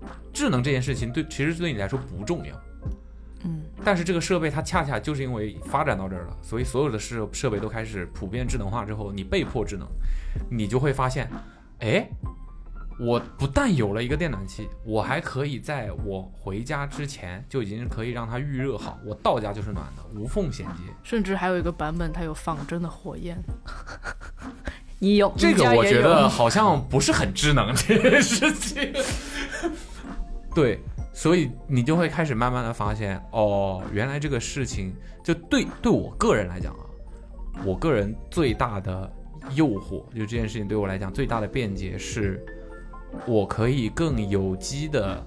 智能这件事情其实对你来说不重要。但是这个设备它恰恰就是因为发展到这儿了，所以所有的设备都开始普遍智能化之后，你被迫智能，你就会发现，哎，我不但有了一个电暖气，我还可以在我回家之前就已经可以让它预热好，我到家就是暖的，无缝衔接。 甚至还有一个版本它有仿真的火焰。 你有这个我觉得好像不是很智能这件事情。对，所以你就会开始慢慢的发现，哦，原来这个事情就对我个人来讲啊，我个人最大的诱惑，就这件事情对我来讲最大的便捷是，我可以更有机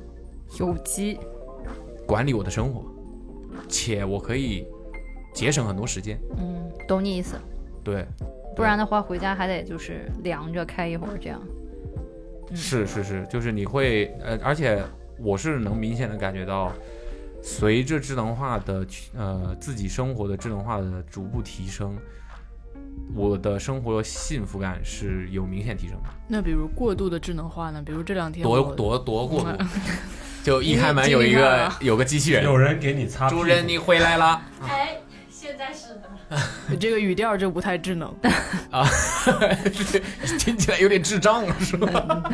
管理我的生活，且我可以节省很多时间。 懂你意思。 对， 不然的话回家还得就是凉着开一会儿这样。 是，就是你会而且我是能明显的感觉到，随着智能化的自己生活的智能化的逐步提升，我的生活幸福感是有明显提升的。 那比如过度的智能化呢？比如这2天多过度，就一开门有个机器人， 有人给你擦屁股， 主人你回来了。 哎，现在是的。 你这个语调就不太智能啊，听起来有点智障是吧？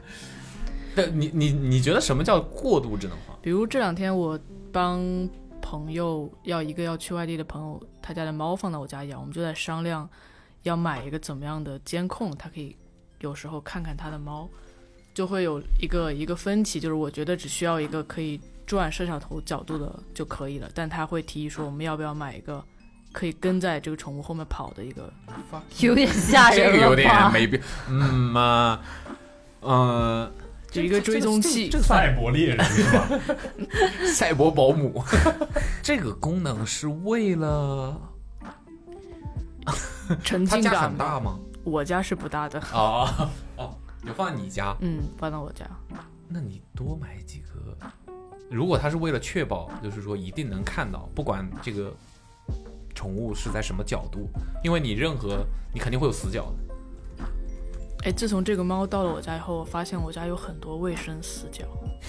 你觉得什么叫过度智能化？ 比如这2天我帮朋友要去外地的朋友，他家的猫放到我家养，我们就在商量要买一个怎么样的监控，他可以有时候看看他的猫，就会有一个分歧，就是我觉得只需要一个可以转摄像头角度的就可以了，但他会提议说我们要不要买一个可以跟在这个宠物后面跑的一个， 有点吓人了吧？ 这个有点没必就一个追踪器， 这赛博猎人是吧？ 赛博保姆，这个功能是为了沉浸感。 他家很大吗？ 我家是不大的。 哦，有放在你家？ 放到我家。 那你多买几个。如果他是为了确保，就是说一定能看到，不管这个宠物是在什么角度，因为你肯定会有死角的。 自从这个猫到了我家以后，我发现我家有很多卫生死角，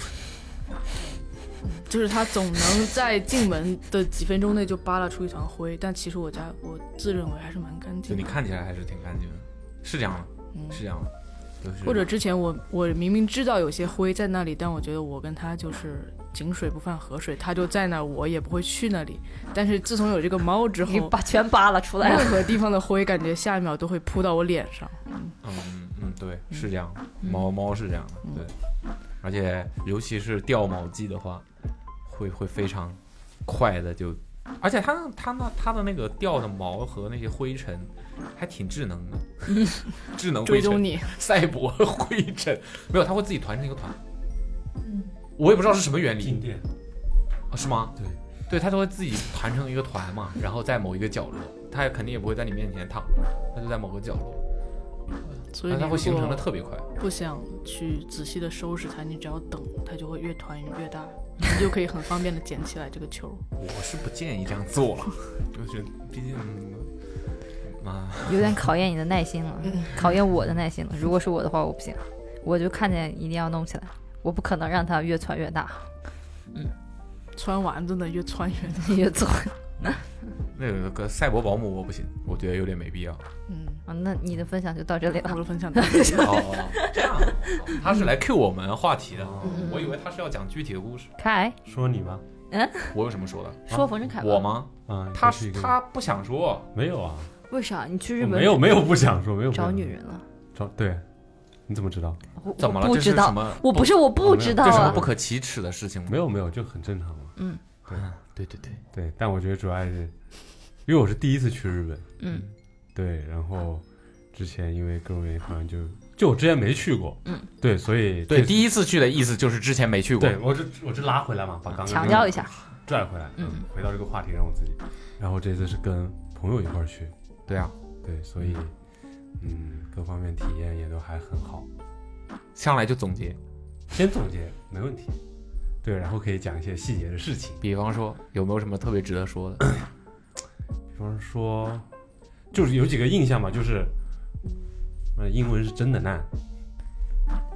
就是它总能在进门的几分钟内就扒拉出一团灰，但其实我自认为还是蛮干净的。 就你看起来还是挺干净的，是这样的，是这样的。 或者之前我明明知道有些灰在那里，但我觉得我跟他就是井水不犯河水，他就在那，我也不会去那里。但是自从有这个猫之后， 你把全扒拉出来了， 任何地方的灰感觉下一秒都会扑到我脸上。 对，是这样的，猫是这样的，对。而且尤其是掉毛机的话，会非常快的就，而且它的那个掉的毛和那些灰尘还挺智能的，智能灰尘，追踪你，赛博灰尘，没有，它会自己团成一个团。我也不知道是什么原理。 静电是吗？对，它都会自己团成一个团嘛，然后在某一个角落，它肯定也不会在你面前躺着，它就在某个角落。 所以它会形成的特别快。 不想去仔细的收拾它，你只要等，它就会越团越大，你就可以很方便的捡起来这个球。 我是不建议这样做了，就是毕竟有点考验你的耐心了，考验我的耐心了。如果是我的话，我不行，我就看见一定要弄起来，我不可能让它越窜越大。 穿丸子呢，越窜越窜。 那个赛博保姆我不行，我觉得有点没必要。 那你的分享就到这里了。 我的分享到这里了。这样，他是来 cue 我们话题的，我以为他是要讲具体的故事。 凯， 说你吧。 我有什么说的？ 说冯振凯吧。 我吗？他不想说。 没有啊。 为啥？你去日本？ 没有不想说，没有找女人了。 对，你怎么知道？ 怎么了？ 不知道。我不知道。 这是什么不可启齿的事情吗？ 没有，就很正常嘛。 对， 但我觉得主要是因为我是第一次去日本，对，然后之前因为各种原因好像就我之前没去过，对，所以对第一次去的意思就是之前没去过， 对，我这拉回来嘛，把刚刚强调一下， 拽回来，回到这个话题让我自己，然后这次是跟朋友一块去， 对啊， 对，所以各方面体验也都还很好， 上来就总结， 先总结没问题。对，然后可以讲一些细节的事情， 比方说有没有什么特别值得说的？ 比方说，就是有几个印象嘛，就是，英文是真的难。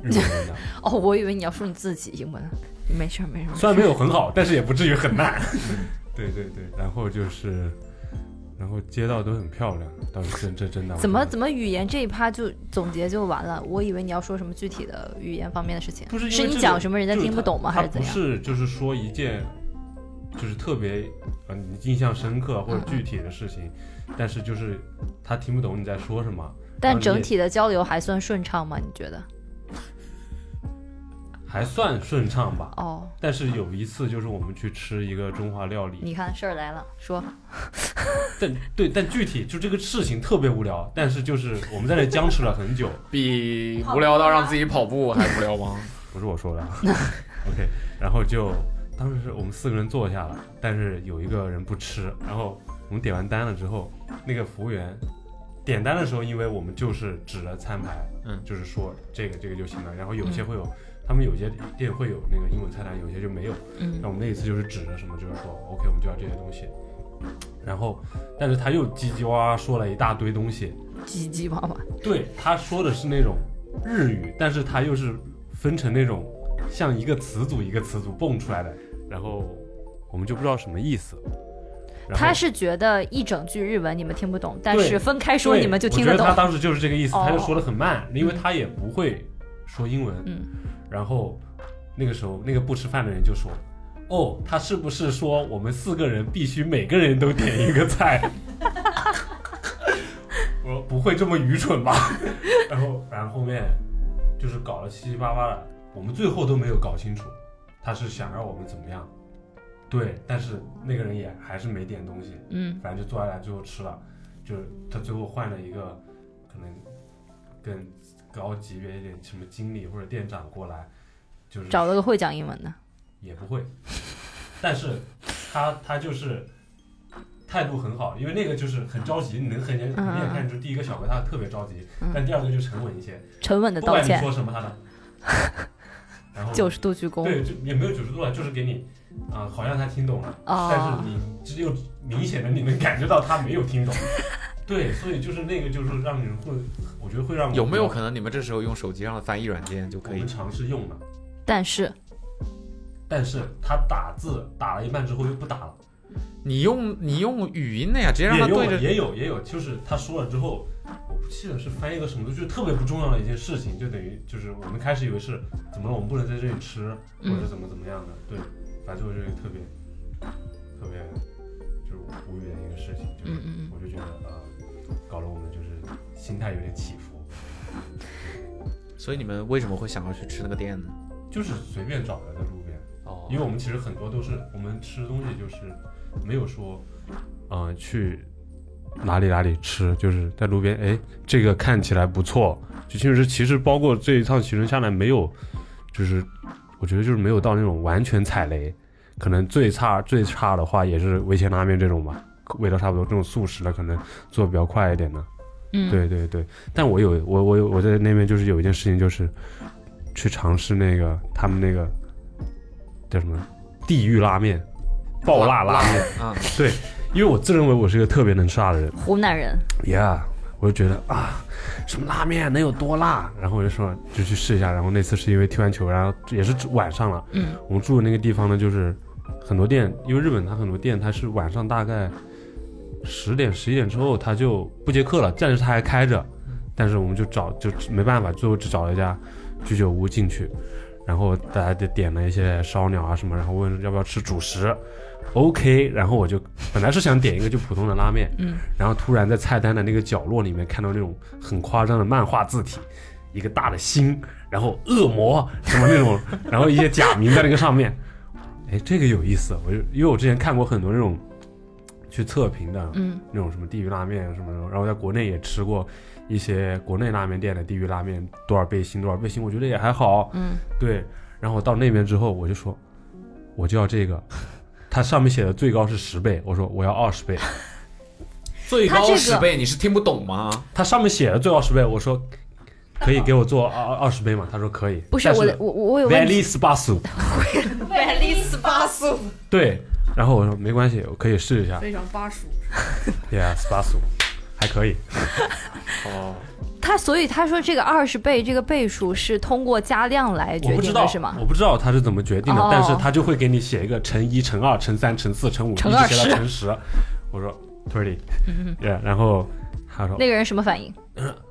日文的。 哦，我以为你要说你自己英文，没事没事。 虽然没有很好，但是也不至于很烂。对对对，然后街道都很漂亮，倒是真的。 怎么语言这一趴就总结就完了？我以为你要说什么具体的语言方面的事情。 不是， 是你讲什么人家听不懂吗？还是怎样？ 不是，就是说一件就是特别你印象深刻或者具体的事情，但是就是他听不懂你在说什么。 但整体的交流还算顺畅吗？你觉得？ 还算顺畅吧。 哦。 但是有一次就是我们去吃一个中华料理， 你看事儿来了，说。 但具体就这个事情特别无聊，但是就是我们在这僵持了很久。 比无聊到让自己跑步还无聊吗？ 不是我说的。OK， 然后就当时我们4个人坐下了，但是有一个人不吃，然后我们点完单了之后，那个服务员点单的时候，因为我们就是指了餐牌，就是说这个就行了，然后有些会有。他们有些店会有那个英文菜单，有些就没有。那我们那一次就是指着什么，就是说 OK， 我们就要这些东西。然后，但是他又叽叽哇哇说了一大堆东西。 叽叽哇哇。 对，他说的是那种日语，但是他又是分成那种像一个词组一个词组蹦出来的，然后我们就不知道什么意思。 他是觉得一整句日文你们听不懂，但是分开说你们就听得懂。 我觉得他当时就是这个意思，他就说得很慢，因为他也不会说英文。然后那个时候那个不吃饭的人就说，哦，他是不是说我们4个人必须每个人都点一个菜？我说不会这么愚蠢吧。然后后面就是搞了七七八八的，我们最后都没有搞清楚他是想让我们怎么样。对，但是那个人也还是没点东西。反正就坐下来最后吃了，就是他最后换了一个可能更高级别一点什么经理或者店长过来，就是找了个会讲英文的， 也不会，但是他就是态度很好，因为那个就是很着急，你能很明显看出第一个小哥他特别着急，但第二个就沉稳一些， 沉稳的道歉， 不管你说什么他的，然后 90度鞠躬， 对，就也没有90度了，就是给你好像他听懂了，但是你只有明显的你能感觉到他没有听懂。对，所以就是那个，就是让人会，我觉得会让我有没有可能你们这时候用手机上的翻译软件就可以？ 我们尝试用了， 但是他打字打了一半之后又不打了。 你用语音的呀，直接让他对着。 也有，就是他说了之后，我不记得是翻译个什么，就是特别不重要的一件事情，就等于就是我们开始以为是怎么了，我们不能在这里吃，或者怎么样的，对，反正就是特别就是无语的一个事情，就是我就觉得搞得我们就是心态有点起伏。 所以你们为什么会想要去吃那个店呢？ 就是随便找的，在路边。因为我们其实很多都是我们吃东西就是没有说去哪里吃，就是在路边，哎，这个看起来不错，就其实包括这一趟行程下来没有，就是我觉得就是没有到那种完全踩雷，可能最差的话也是味千拉面这种吧，味道差不多，这种速食的可能做比较快一点的。对对对，但我在那边就是有一件事情，就是去尝试那个他们那个叫什么地狱拉面，爆辣拉面啊，对，因为我自认为我是一个特别能吃辣的人， 湖南人我就觉得什么拉面能有多辣，然后我就说就去试一下，然后那次是因为踢完球，然后也是晚上了，我们住的那个地方呢，就是很多店，因为日本它很多店它是晚上大概10点11点之后它就不接客了，但是它还开着，但是我们就没办法，最后只找了一家居酒屋进去，然后大家就点了一些烧鸟啊什么，然后问要不要吃主食 ，OK， 然后我就本来是想点一个就普通的拉面，然后突然在菜单的那个角落里面看到那种很夸张的漫画字体，一个大的心，然后恶魔什么那种，然后一些假名在那个上面，哎，这个有意思，因为我之前看过很多那种去测评的，那种什么地狱拉面什么的，然后在国内也吃过一些国内拉面店的地狱拉面，多少倍星，我觉得也还好，对。然后到那边之后，我就说我就要这个，它上面写的最高是10倍，我说我要20倍， 最高10倍，你是听不懂吗？ 它上面写的最高10倍，我说可以给我做20倍吗？他说可以， 不是我有问题 ，Veli Spasu， 对。然后我说没关系，我可以试一下。 非常巴蜀。 Yeah， Spasu， 还可以。 所以他说这个20倍这个倍数是通过加量来决定的是吗？ 我不知道他是怎么决定的，但是他就会给你写一个乘1乘2乘3乘4乘5一直写到乘10。我说 30，然后他说那个人什么反应？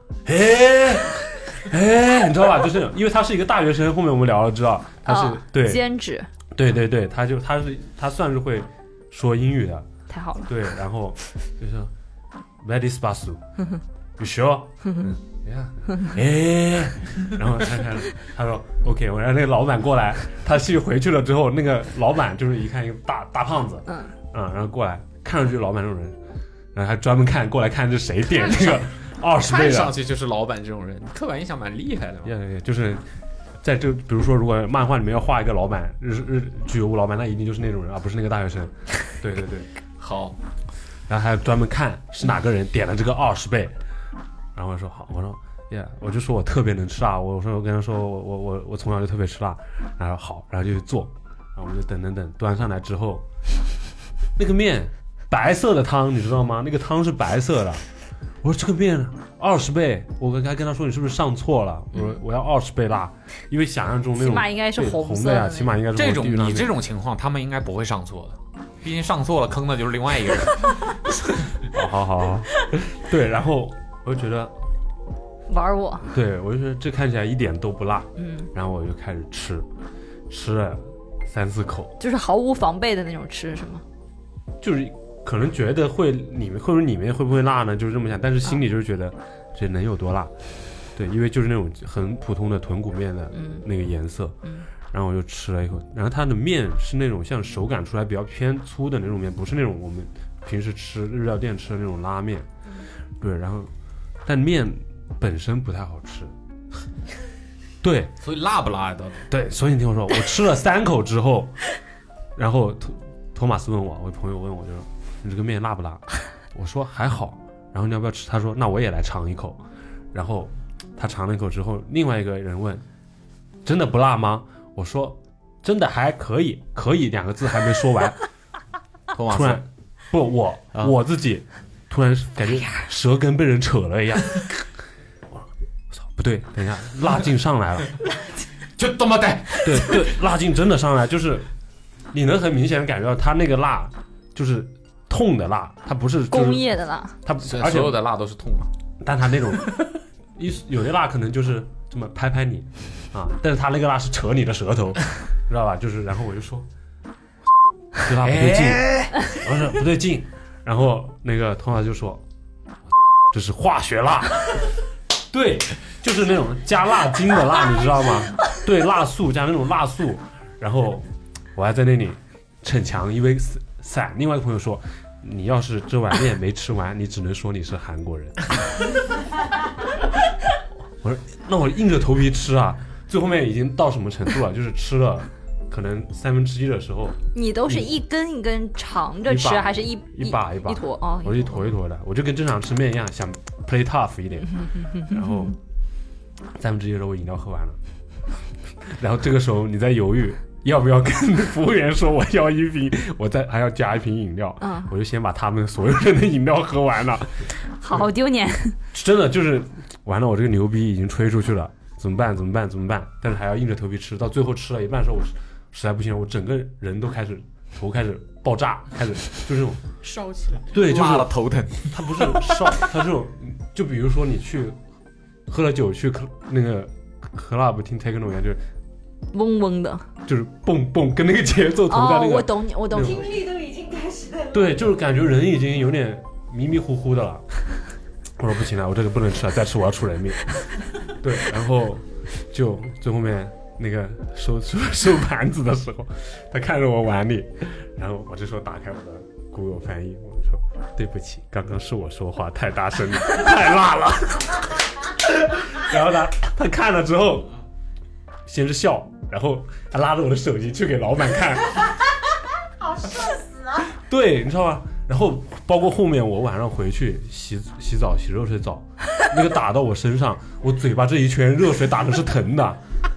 你知道吧？就是因为他是一个大学生，后面我们聊了知道他是、对兼职， 对，他算是会说英语的， 太好了。 对，然后就是 Very special， you sure？ Yeah， 然后他说 OK， 我让那个老板过来，他回去了之后，那个老板就是一看一个大胖子，然后过来，看上去老板这种人，然后还专门过来看这谁点这个20倍的， 看上去就是老板这种人，刻板印象蛮厉害的嘛。 就是在这，比如说，如果漫画里面要画一个老板，日居酒屋老板，那一定就是那种人，而不是那个大学生。对， 好， 然后还专门看是哪个人点了这个20倍，然后我说好，我说我就说我特别能吃辣，我跟他说我从小就特别吃辣，然后好，然后就去做，然后我们就等，端上来之后，那个面白色的汤，你知道吗？那个汤是白色的。我说这个面20倍，我还跟他说你是不是上错了？我说我要20倍辣，因为想象中那种起码应该是红色的呀，起码应该是你这种情况，他们应该不会上错的，毕竟上错了坑的就是另外一个人。 好，对，然后我就觉得玩我， 对我就觉得这看起来一点都不辣，然后我就开始吃了3-4口， 就是毫无防备的那种吃是吗？ 就是可能觉得里面会不会辣呢？就是这么想，但是心里就是觉得这能有多辣？对，因为就是那种很普通的豚骨面的那个颜色，然后我就吃了一口，然后它的面是那种像手擀出来比较偏粗的那种面，不是那种我们平时吃日料店吃的那种拉面，对，然后但面本身不太好吃，对， 所以辣不辣的？ 对，所以你听我说，我吃了3口之后，然后托马斯问我朋友问我就说。你这个面辣不辣？我说还好，然后你要不要吃？他说那我也来尝一口。然后他尝了一口之后，另外一个人问真的不辣吗？我说真的还可以2个字还没说完，突然我自己突然感觉舌根被人扯了一样，我操，不对，等一下，辣劲上来了， 就这么的， 对，辣劲真的上来，就是你能很明显的感觉到他那个辣就是痛的辣，它不是工业的辣， 它而且所有的辣都是痛嘛， 但它那种有的辣可能就是这么拍你啊，但是它那个辣是扯你的舌头，知道吧？就是然后我就说这辣不对劲，我说不对劲，然后那个通常就说这是化学辣，对，就是那种加辣精的辣，你知道吗？对，辣素加那种辣素，然后我还在那里逞强，因为散。另外一个朋友说，你要是这碗面没吃完，你只能说你是韩国人。我说那我硬着头皮吃啊，最后面已经到什么程度了？就是吃了可能1/3的时候，你都是一根一根尝着吃，还是一把一坨？哦，我一坨一坨的，我就跟正常吃面一样，想 play tough 一点。然后1/3的时候我饮料喝完了，然后这个时候你在犹豫。要不要跟服务员说我要一瓶，我还要加一瓶饮料？我就先把他们所有人的饮料喝完了， 好丢脸！ 真的就是完了，我这个牛逼已经吹出去了，怎么办？但是还要硬着头皮吃，到最后吃了一半的时候，我实在不行了，我整个人都头开始爆炸，开始就是那种烧起来， 对，就是辣了头疼。 它不是烧，它这种就比如说你去喝了酒去那个club听 techno 一样，就是嗡嗡的， 就是蹦蹦，跟那个节奏同在那个。 我懂你， 听力都已经开始了。 对，就是感觉人已经有点迷迷糊糊的了。我说不行了，我这个不能吃了，再吃我要出人命。对，然后就最后面那个收盘子的时候，他看着我碗里，然后我这时候打开我的Google翻译，我说对不起，刚刚是我说话太大声了，太辣了。然后他看了之后。先是笑，然后还拉着我的手机去给老板看， 好社死啊！ 对，你知道吧？然后包括后面我晚上回去洗澡洗热水澡，那个打到我身上，我嘴巴这一圈热水打的是疼的。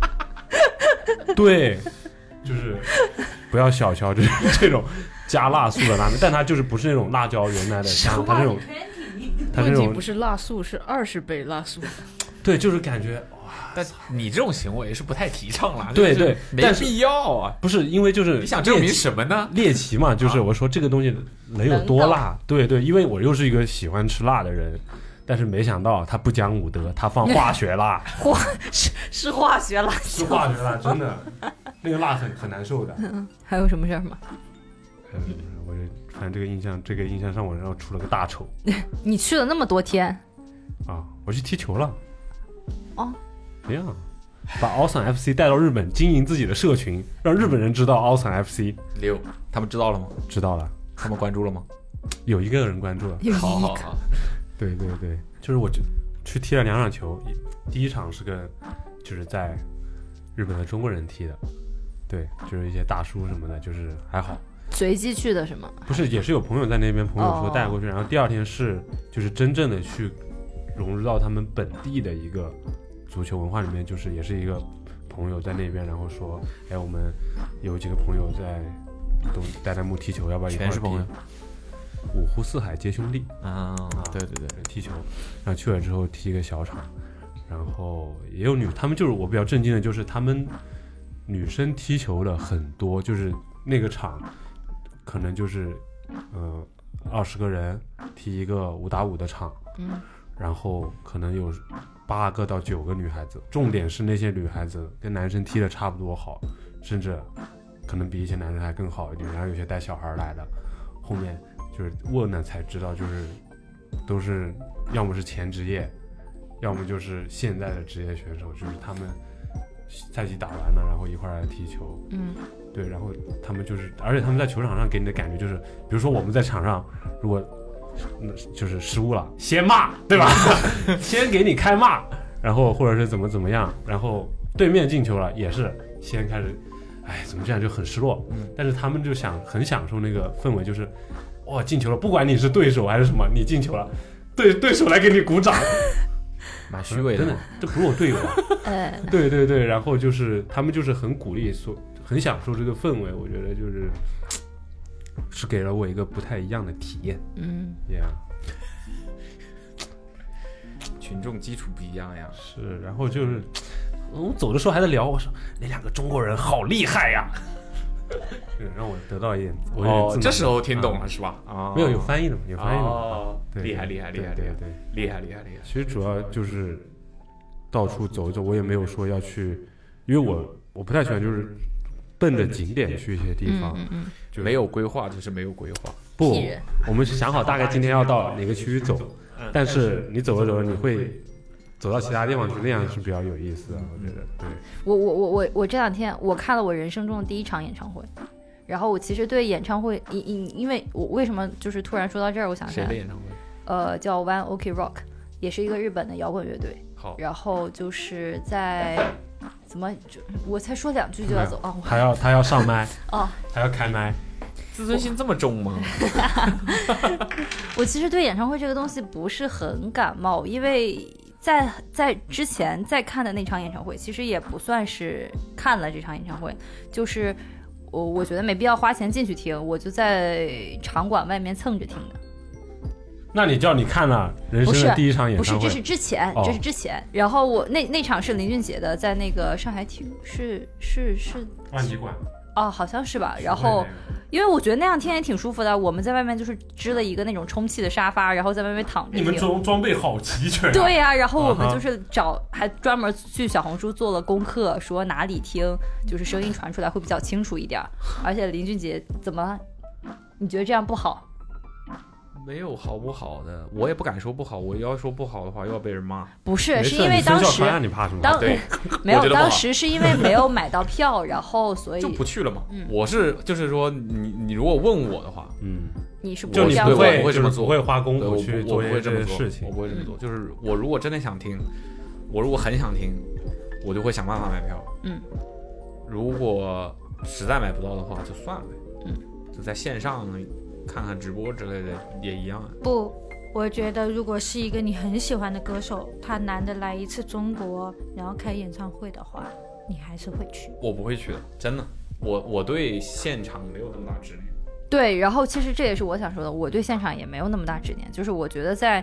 对，就是不要小瞧这种加辣素的拉面，但它就是不是那种辣椒原来的香，它那种它是那种问题不是辣素，是20倍辣素。 对，就是感觉但你这种行为是不太提倡了， 对对， 没但是必要啊。 不是因为就是你想证明什么呢？ 猎奇嘛，就是我说这个东西能有多辣？对对，因为我又是一个喜欢吃辣的人，但是没想到他不讲武德，他放化学辣， 是化学辣， 是化学辣，真的，那个辣很难受的。 还有什么事儿吗？ 我反正这个印象上我然后出了个大丑你去了那么多天啊！我去踢球了。 哦， 哎呀，把 Awesome FC 带到日本，经营自己的社群，让日本人知道 Awesome FC。 6，他们知道了吗？ 知道了， 他们关注了吗？ 有一个人关注了。 好， 对对对，就是我去踢了2场球，第一场是跟就是在日本的中国人踢的，对，就是一些大叔什么的，就是还好。 随机去的是吗？ 不是，也是有朋友在那边，朋友说带过去，然后第二天是就是真正的去融入到他们本地的一个足球文化里面，就是也是一个朋友在那边，然后说，哎，我们有几个朋友都带弹幕踢球，要不要一块儿踢？ 全是朋友， 五湖四海皆兄弟啊！对对对， 踢球，然后去了之后踢一个小场，然后也有他们就是我比较震惊的就是他们女生踢球的很多，就是那个场可能就是20个人踢一个5打5的场，然后可能有8个到9个女孩子，重点是那些女孩子跟男生踢的差不多好，甚至可能比一些男生还更好一点，然后有些带小孩来的，后面就是问了才知道，就是都是要么是前职业，要么就是现在的职业选手，就是他们赛季打完了，然后一块儿来踢球。对，然后他们就是，而且他们在球场上给你的感觉就是，比如说我们在场上如果就是失误了，先骂，对吧？先给你开骂，然后或者是怎么样，然后对面进球了也是先开始，哎，怎么这样就很失落。但是他们就很享受那个氛围，就是哇进球了，不管你是对手还是什么，你进球了，对手来给你鼓掌。 蛮虚伪的， 真的，这不是我队友啊。对对对，然后就是他们就是很鼓励，很享受这个氛围，我觉得是给了我一个不太一样的体验。 群众基础不一样呀。 是，然后就是我走的时候还在聊，我说那2个中国人好厉害呀，让我得到一点。 这时候听懂了是吧？ 没有翻译的嘛，有翻译的。 哦，厉害！ 其实主要就是到处走一走，我也没有说要去，因为我不太喜欢就是奔着景点去一些地方， 就没有规划就是没有规划。 不，我们是想好大概今天要到哪个区域走，但是你走着走着你会走到其他地方去，那样是比较有意思的，我觉得。对， 我这2天我看了我人生中的第1场演唱会，然后我其实对演唱会，因为我为什么就是突然说到这儿，我想起来谁的演唱会？ 叫 One OK Rock， 也是一个日本的摇滚乐队。 好， 然后就是在我才说2句就要走啊！ 他要上麦哦， 他要开麦， 自尊心这么重吗？ 我其实对演唱会这个东西不是很感冒，因为在之前在看的那场演唱会，其实也不算是看了这场演唱会，就是我觉得没必要花钱进去听，我就在场馆外面蹭着听的。 那你叫你看了人生的第1场演唱会？ 不是，这是之前，这是之前。然后我那场是林俊杰的，在那个上海体育是万集馆。 哦，好像是吧。然后，因为我觉得那样听也挺舒服的，我们在外面就是支了一个那种充气的沙发，然后在外面躺着。 你们装备好齐全。 对呀，然后我们就是还专门去小红书做了功课，说哪里听就是声音传出来会比较清楚一点。而且林俊杰怎么了？你觉得这样不好？ 没有好不好的，我也不敢说不好。我要说不好的话，又要被人骂。 不是，是因为当时你怕什么？ 对， 没有，当时是因为没有买到票，然后所以就不去了嘛。我就是说，你如果问我的话， 你是就你不会这么做，不会花功夫去做这些事情， 我不会这么做。就是我如果真的想听，我如果很想听，我就会想办法买票。如果实在买不到的话，就算了呗。就在线上看看直播之类的也一样。 不，我觉得如果是一个你很喜欢的歌手，他难得来一次中国，然后开演唱会的话，你还是会去。 我不会去的，真的。我对现场没有那么大执念。 对，然后其实这也是我想说的，我对现场也没有那么大执念，就是我觉得在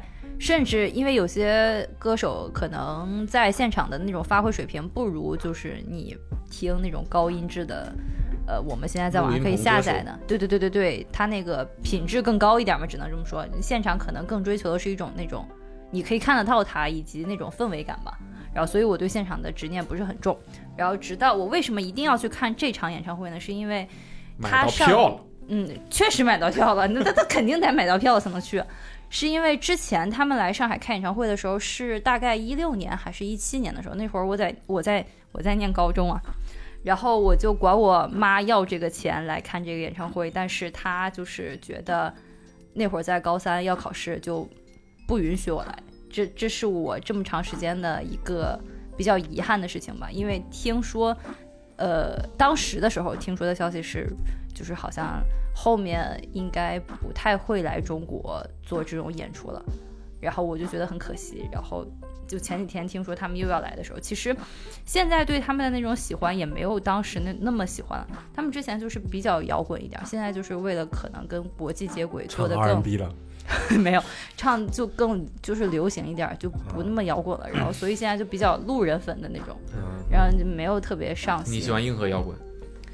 甚至因为有些歌手可能在现场的那种发挥水平不如就是你听那种高音质的我们现在在网上可以下载的，对，他那个品质更高一点嘛，只能这么说。现场可能更追求的是一种那种你可以看得到它以及那种氛围感吧。然后所以我对现场的执念不是很重。然后直到我为什么一定要去看这场演唱会呢？是因为他上买到票了， 确实买到票了，那他肯定得买到票才能去。是因为之前他们来上海开演唱会的时候是大概16年还是17年的时候，那会儿我在念高中啊，然后我就管我妈要这个钱来看这个演唱会，但是她就是觉得那会儿在高3要考试，就不允许我来。这是我这么长时间的一个比较遗憾的事情吧，因为听说当时的时候听说的消息是就是好像后面应该不太会来中国做这种演出了，然后我就觉得很可惜。然后就前几天听说他们又要来的时候，其实现在对他们的那种喜欢也没有当时那么喜欢了。他们之前就是比较摇滚一点，现在就是为了可能跟国际接轨做的更 R&B 了没有唱就更就是流行一点，就不那么摇滚了。然后所以现在就比较路人粉的那种，然后就没有特别上心。 你喜欢硬核摇滚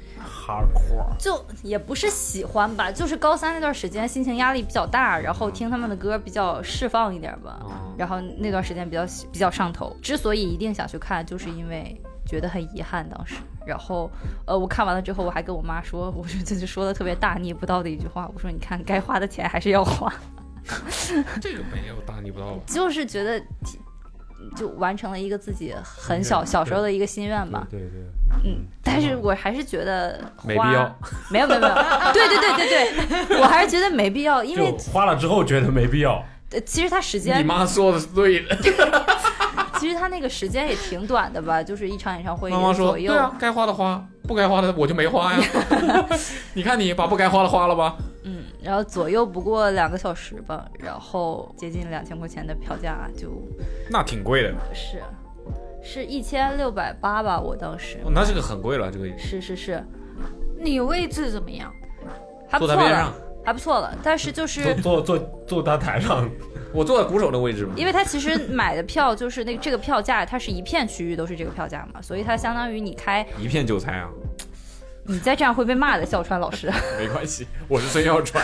？Hardcore 就也不是喜欢吧，就是高3那段时间心情压力比较大，然后听他们的歌比较释放一点吧，然后那段时间比较上头。之所以一定想去看，就是因为觉得很遗憾当时。然后我看完了之后，我还跟我妈说，我觉得就说的特别大逆不道的一句话，我说你看该花的钱还是要花。 这个没有大逆不道吧？ 就是觉得就完成了一个自己很小时候的一个心愿吧。 对， 但是我还是觉得没必要。 没有，对，我还是觉得没必要，因为就花了之后觉得没必要。 其实他时间， 你妈说的是对的。 其实他那个时间也挺短的吧，就是一场演唱会妈妈说左右。 对啊，该花的花，不该花的我就没花呀。你看你把不该花的花了吧。 然后左右不过2个小时吧，然后接近2000块钱的票价就那挺贵的。 是1680吧，我当时。 那这个很贵了，这个是。 你位置怎么样？ 还不错了，还不错了，但是就是坐大台上， 我坐在鼓手的位置嘛。 因为他其实买的票就是这个票价，它是一片区域都是这个票价嘛，所以它相当于你开一片韭菜啊。 你再这样会被骂的，小川老师。 没关系，我是孙耀川。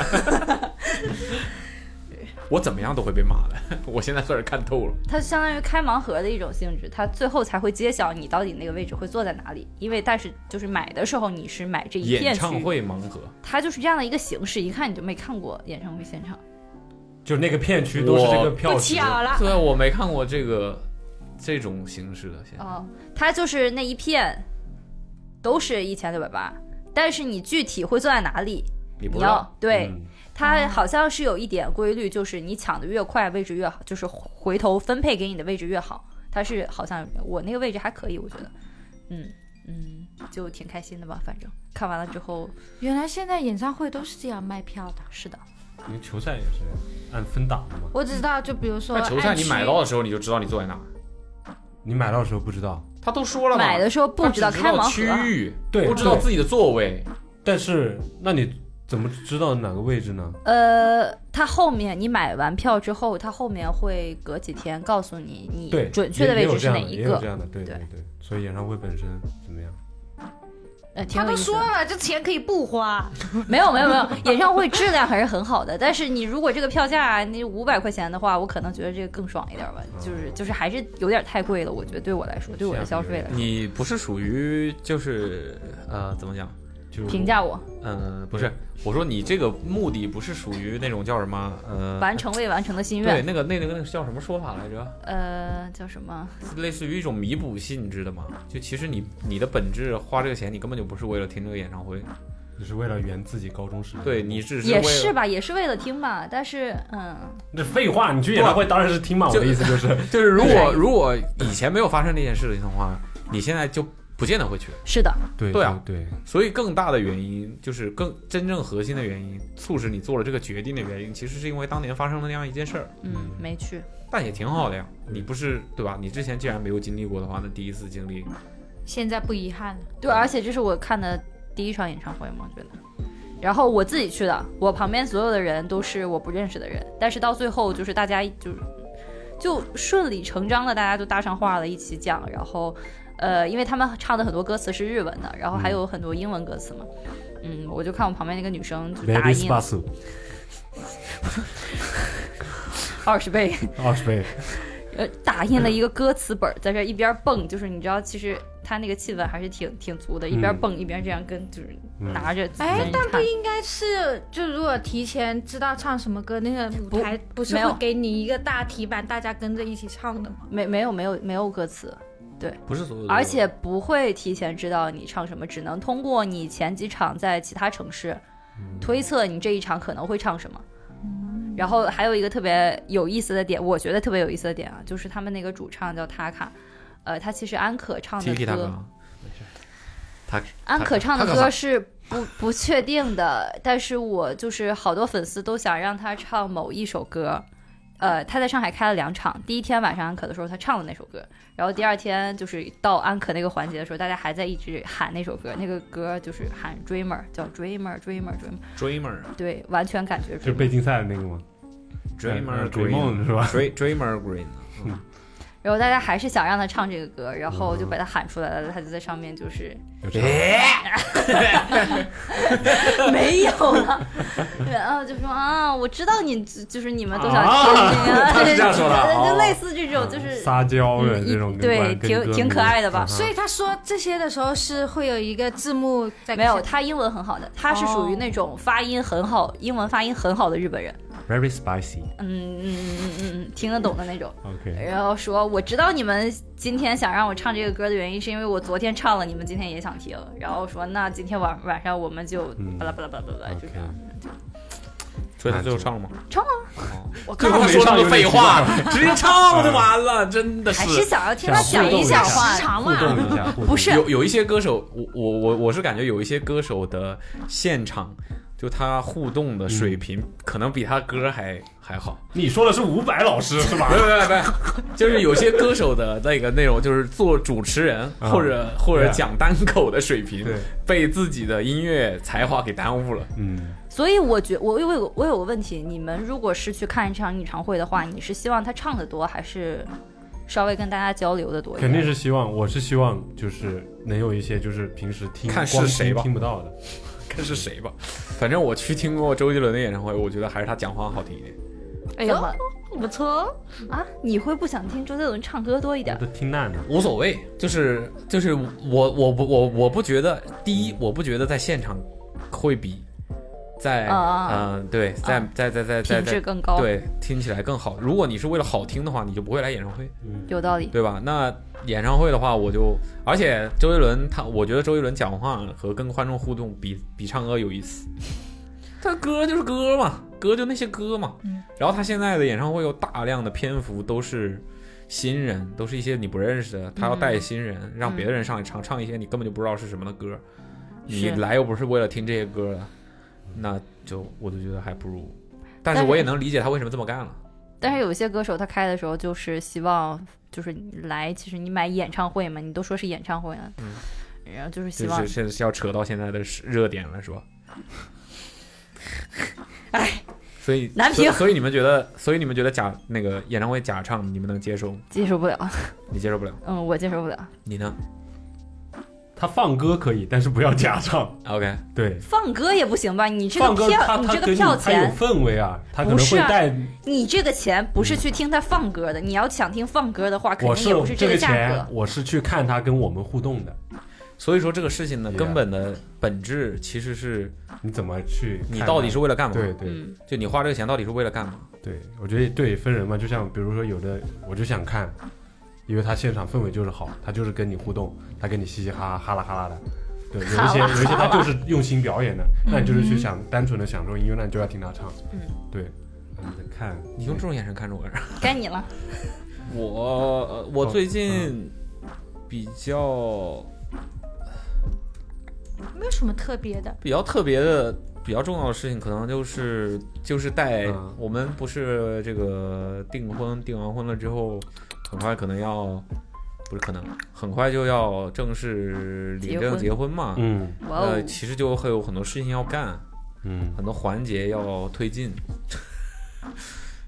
我怎么样都会被骂的，我现在算是看透了。 它相当于开盲盒的一种性质，它最后才会揭晓你到底那个位置会坐在哪里。因为但是就是买的时候你是买这一片区域， 演唱会盲盒， 它就是这样的一个形式，一看你就没看过演唱会现场。 就那个片区都是这个票不值。 巧了， 对，我没看过这种形式的现场。 它就是那一片都是1680，但是你具体会坐在哪里， 你不知道。 对。它好像是有一点规律，就是你抢的越快，位置越好，就是回头分配给你的位置越好。它是好像我那个位置还可以，我觉得，就挺开心的吧。反正看完了之后， 原来现在演唱会都是这样卖票的。 是的， 因为球赛也是按分打的嘛。 我只知道，就比如说那球赛你买到的时候你就知道你坐在哪， 你买到的时候不知道， 他都说了嘛， 买的时候不知道开盲盒区域， 对， 不知道自己的座位。 但是那你怎么知道哪个位置呢？ 它后面你买完票之后，它后面会隔几天告诉你准确的位置是哪一个。 也有这样的，对。所以演唱会本身怎么样？ 他都说了，这钱可以不花。 没有，演唱会质量还是很好的。但是你如果这个票价你500块钱的话，我可能觉得这个更爽一点吧。就是还是有点太贵了，我觉得对我来说，对我的消费来说。 你不是属于就是怎么讲？ 评价我？ 不是，我说你这个目的不是属于那种叫什么完成未完成的心愿。 对，那个叫什么说法来着？ 叫什么？ 类似于一种弥补性质的嘛。就其实你的本质花这个钱，你根本就不是为了听这个演唱会， 只是为了圆自己高中时代。 对，你只是也是吧，也是为了听吧。但是这废话，你去演唱会当然是听嘛。我的意思就是如果以前没有发生这件事情的话，你现在就不见得会去。 是的， 对啊， 对。 所以更大的原因就是真正核心的原因，促使你做了这个决定的原因，其实是因为当年发生了那样一件事儿。 没去， 但也挺好的呀。你不是对吧？你之前既然没有经历过的话，那第一次经历， 现在不遗憾了。 对，而且这是我看的第一场演唱会嘛，我觉得。然后我自己去的，我旁边所有的人都是我不认识的人，但是到最后就是大家就是就顺理成章的大家就搭上话了，一起讲。然后因为他们唱的很多歌词是日文的，然后还有很多英文歌词嘛。我就看我旁边那个女生就答应20倍，打印了一个歌词本，在这一边蹦，就是你知道，其实他那个气氛还是挺足的，一边蹦一边这样跟就是拿着。 但不应该是，就如果提前知道唱什么歌，那个舞台不是会给你一个大题板，大家跟着一起唱的吗？ 没有歌词。对， 不是所有的， 而且不会提前知道你唱什么，只能通过你前几场在其他城市推测你这一场可能会唱什么。然后还有一个特别有意思的点，我觉得特别有意思的点啊，就是他们那个主唱叫塔卡，他其实安可唱的歌，安可唱的歌是不确定的，但是我就是好多粉丝都想让他唱某一首歌。他在上海开了2场，第一天晚上安可的时候他唱了那首歌，然后第二天就是到安可那个环节的时候，大家还在一直喊那首歌，那个歌就是喊 Dreamer， 叫 Dreamer， 对，完全感觉就是被竞赛的那个吗？ Dreamer 追梦是吧？ Dreamer Green。 然后大家还是想让他唱这个歌，然后就把他喊出来了，他就在上面就是没有了，然后就说啊，我知道你就是你们都想听这个， 他是这样说的， 就类似这种就是撒娇的这种， 对，挺可爱的吧？ 所以他说这些的时候是会有一个字幕在， 没有，他英文很好的，他是属于那种发音很好，英文发音很好的日本人。 Very spicy， 听得懂的那种。 OK， 然后说我知道你们今天想让我唱这个歌的原因，是因为我昨天唱了，你们今天也想听。然后说那今天晚上我们就巴拉巴拉巴拉巴拉，就这样。 所以他最后唱了吗？ 唱啊！ 我刚才说那么废话，直接唱就完了，真的是。 还是想要听他讲一讲话， 长嘛？ 不是， 有一些歌手，我是感觉有一些歌手的现场。就他互动的水平可能比他歌还好。 你说的是伍佰老师是吧？ 不，就是有些歌手的那个内容，就是做主持人或者讲单口的水平，被自己的音乐才华给耽误了。 所以我有个问题，你们如果是去看一场演唱会的话，你是希望他唱的多，还是稍微跟大家交流的多一点？ 肯定是希望，我是希望就是能有一些就是平时看是谁吧听不到的。 看是谁吧，反正我去听过周杰伦的演唱会，我觉得还是他讲话好听一点。 哎呦，不错啊！你会不想听周杰伦唱歌多一点？ 都听烂了， 无所谓。就是我不觉得，第一，我不觉得在现场会比在对，在品质更高， 对，听起来更好。如果你是为了好听的话，你就不会来演唱会。 有道理， 对吧？那演唱会的话，而且周杰伦我觉得周杰伦讲话和跟观众互动比唱歌有意思。他歌就是歌嘛，歌就那些歌嘛。然后他现在的演唱会有大量的篇幅都是新人，都是一些你不认识的，他要带新人，让别的人上去唱一些你根本就不知道是什么的歌。你来又不是为了听这些歌的，那就我就觉得还不如。但是我也能理解他为什么这么干了。 但是有一些歌手他开的时候就是希望就是你来，其实你买演唱会嘛，你都说是演唱会了，然后就是希望就是要扯到现在的热点了，是吧？ 哎， 所以难评。 所以你们觉得那个演唱会假唱，你们能接受？ 接受不了。 你接受不了？ 我接受不了。 你呢？ 他放歌可以，但是不要假唱。 OK， 对， 放歌也不行吧？你这个放歌票，你这个票钱， 他有氛围啊，他可能会带。 你这个钱不是去听他放歌的，你要想听放歌的话，肯定也不是这个价格。 我是去看他跟我们互动的。 所以说这个事情的根本的本质其实是你怎么去， 你到底是为了干嘛？ 对， 就你花这个钱到底是为了干嘛？ 对，我觉得对分人嘛，就像比如说有的我就想看，因为他现场氛围就是好，他就是跟你互动，他跟你嘻嘻哈哈哈啦哈啦的。对，有一些他就是用心表演的，那你就是去想单纯的享受音乐，那你就要听他唱。对，看你用这种眼神看着我， 该你了。 我最近比较没有什么特别的， 比较重要的事情，可能就是带我们不是这个订完婚了之后，很快可能要。不是可能，很快就要正式领证结婚嘛。其实就会有很多事情要干，很多环节要推进。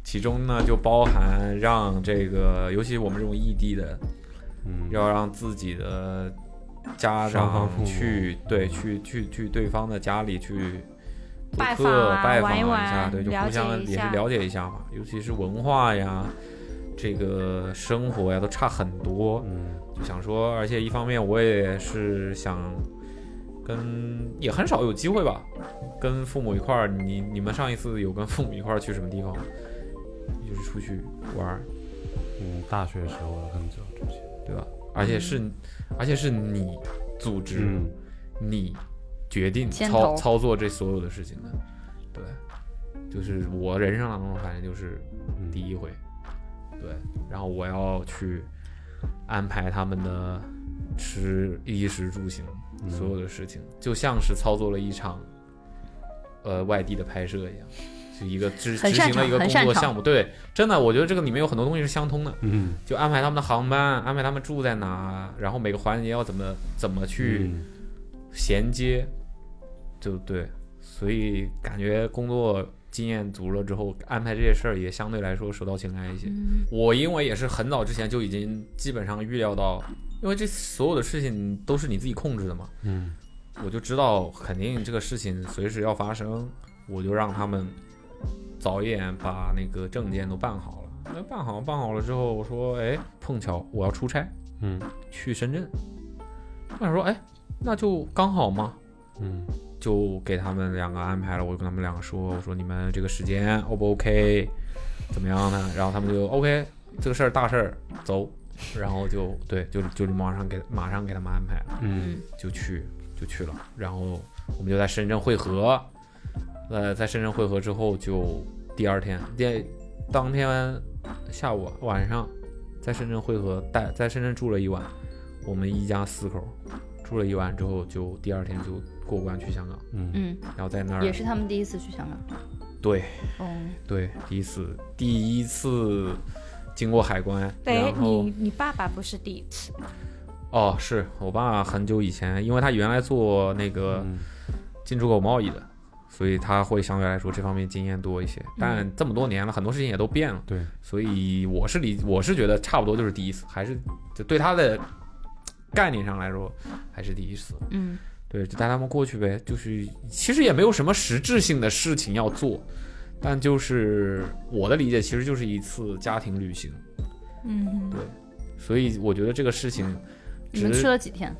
其中呢就包含让这个，尤其我们这种异地的，要让自己的家长去对方的家里去拜访一下，对，就互相也是了解一下嘛。尤其是文化呀，这个生活呀，都差很多。就想说，而且一方面我也是想也很少有机会吧，跟父母一块儿。你们上一次有跟父母一块儿去什么地方？就是出去玩。 大学的时候很久之前， 对吧？而且是你组织，你决定操作这所有的事情的，对，就是我人生当中反正就是第一回，对，然后我要去安排他们的衣食住行所有的事情，就像是操作了一场外地的拍摄一样。就一个执行了一个工作项目，对，真的，我觉得这个里面有很多东西是相通的，就安排他们的航班，安排他们住在哪，然后每个环节要怎么去衔接，就对，所以感觉工作经验足了之后，安排这些事儿也相对来说手到擒来一些。我因为也是很早之前就已经基本上预料到，因为这所有的事情都是你自己控制的嘛，我就知道肯定这个事情随时要发生，我就让他们早一点把那个证件都办好了。那办好了之后，我说，哎，碰巧我要出差，去深圳。我想说，哎，那就刚好嘛，就给他们两个安排了。我就跟他们两个说，我说你们这个时间 O 不 OK， 怎么样呢？然后他们就 OK， 这个事儿大事儿走，然后就马上给他们安排了，就去了。然后我们就在深圳会合。在深圳会合之后，就第二天，当天下午晚上，在深圳会合，在深圳住了一晚，我们一家4口住了一晚之后，就第二天就过关去香港，然后在那儿也是他们第一次去香港， 对，对，第一次经过海关，然后你爸爸不是第一次？ 哦，是我爸很久以前，因为他原来做那个进出口贸易的。所以他会相对来说这方面经验多一些，但这么多年了，很多事情也都变了。 对， 所以我是觉得差不多就是第一次，还是就对他的概念上来说还是第一次。对，就带他们过去呗。就是其实也没有什么实质性的事情要做，但就是我的理解，其实就是一次家庭旅行。对，所以我觉得这个事情， 你们去了几天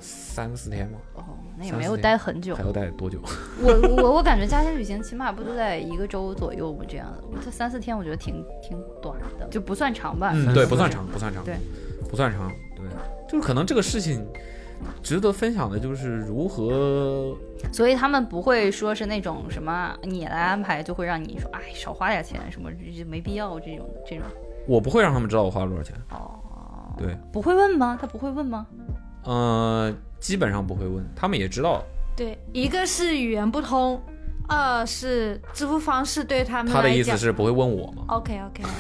？3、4天嘛。 那也没有待很久， 还要待多久？ 我感觉家庭旅行起码不都在1个周左右这样的，这3、4天我觉得挺短的，就不算长吧。 对，不算长， 对， 不算长，对，就是可能这个事情值得分享的就是如何， 所以他们不会说是那种什么你来安排就会让你说哎少花点钱什么没必要这种。 我不会让他们知道我花了多少钱。对， 不会问吗？他不会问吗？ 基本上不会问，他们也知道。 对，一个是语言不通，2是支付方式对他们来讲。 他的意思是不会问我吗 ？OK，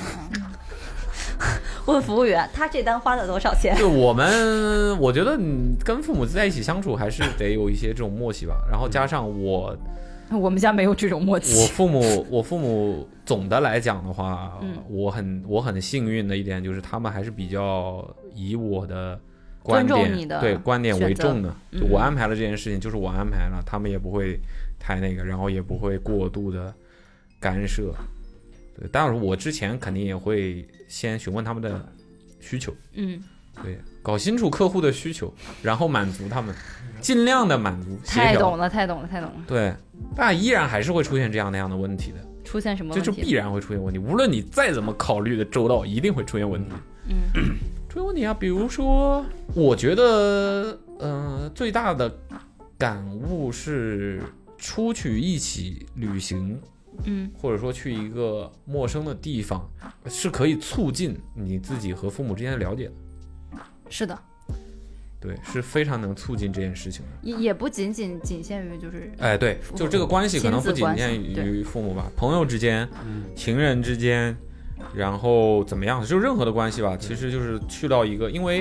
问服务员，他这单花了多少钱？ 就我觉得你跟父母在一起相处还是得有一些这种默契吧。然后加上我们家没有这种默契。 我父母总的来讲的话，我很幸运的一点就是他们还是比较以我的观点为重的，就我安排了这件事情，就是我安排了，他们也不会太那个，然后也不会过度的干涉。对，当然我之前肯定也会先询问他们的需求，对，搞清楚客户的需求，然后满足他们，尽量的满足。 太懂了。 对，但依然还是会出现这样那样的问题的。 出现什么问题？ 就必然会出现问题，无论你再怎么考虑的周到，一定会出现问题。出现问题啊，比如说，我觉得，最大的感悟是出去一起旅行，或者说去一个陌生的地方，是可以促进你自己和父母之间的了解的。 是的， 对，是非常能促进这件事情的。 也不仅限于就是， 哎，对，就这个关系可能不仅限于父母吧，朋友之间、情人之间。然后怎么样？就任何的关系吧，其实就是去到一个，因为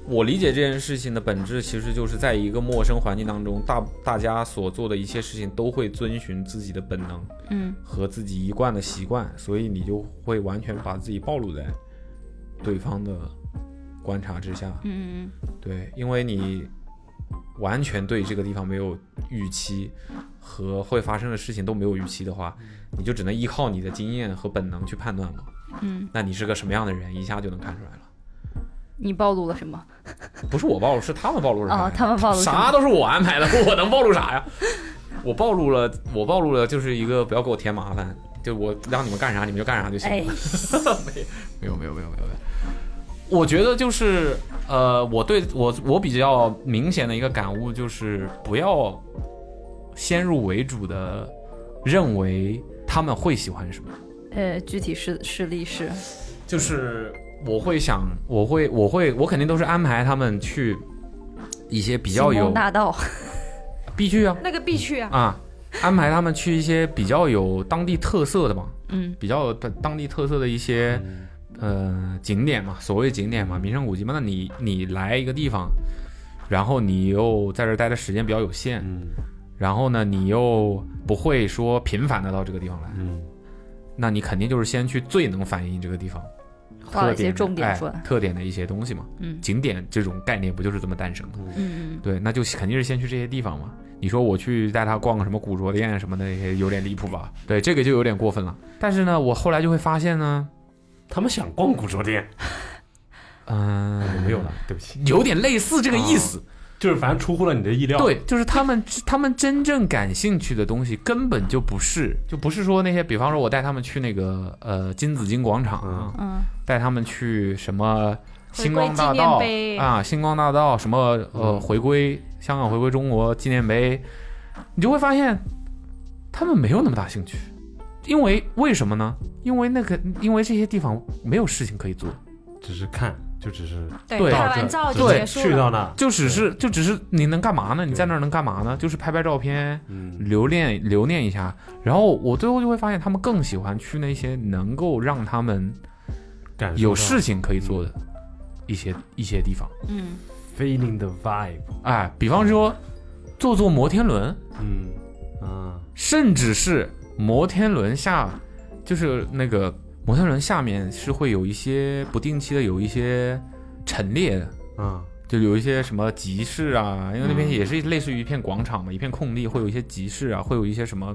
我理解这件事情的本质，其实就是在一个陌生环境当中，大家所做的一切事情都会遵循自己的本能，和自己一贯的习惯，所以你就会完全把自己暴露在对方的观察之下。对，因为你完全对这个地方没有预期，和会发生的事情都没有预期的话，你就只能依靠你的经验和本能去判断了。那你是个什么样的人，一下就能看出来了。 你暴露了什么？ 不是我暴露，是他们暴露啥？ 他们暴露啥都是我安排的，我能暴露啥呀？我暴露了，就是一个不要给我添麻烦，就我让你们干啥你们就干啥就行了。没有。我觉得就是我比较明显的一个感悟就是不要先入为主的认为他们会喜欢什么。 具体事例是， 就是我会想，我肯定都是安排他们去一些比较有星光大道， 必须啊， 那个必须啊， 安排他们去一些比较有当地特色的嘛，比较有当地特色的一些景点嘛，所谓景点嘛，名胜古迹嘛。那你来一个地方，然后你又在这待的时间比较有限，然后呢，你又不会说频繁的到这个地方来，那你肯定就是先去最能反映这个地方画了一些重点出来， 特点的一些东西嘛。景点这种概念不就是这么诞生的？对，那就肯定是先去这些地方嘛。你说我去带他逛什么古着店什么的，也有点离谱吧？对，这个就有点过分了。但是呢，我后来就会发现呢， 他们想逛古着店，没有了，对不起， 有点类似这个意思。 就是反正出乎了你的意料。 对，就是他们真正感兴趣的东西根本就不是说那些，比方说我带他们去那个金紫荆广场，带他们去什么星光大道啊，星光大道什么回归香港回归中国纪念碑，你就会发现他们没有那么大兴趣。为什么呢？因为这些地方没有事情可以做， 只是看。就只是对拍完照就结束了， 去到那就只是你能干嘛呢？你在那儿能干嘛呢？就是拍照片，留念一下。然后我最后就会发现，他们更喜欢去那些能够让他们有事情可以做的一些地方。 feeling the vibe。 比方说坐摩天轮，甚至是摩天轮下，就是那个。摩天轮下面是会有一些不定期的有一些陈列的，就有一些什么集市啊，因为那边也是类似于一片广场嘛，一片空地，会有一些集市啊，会有一些什么，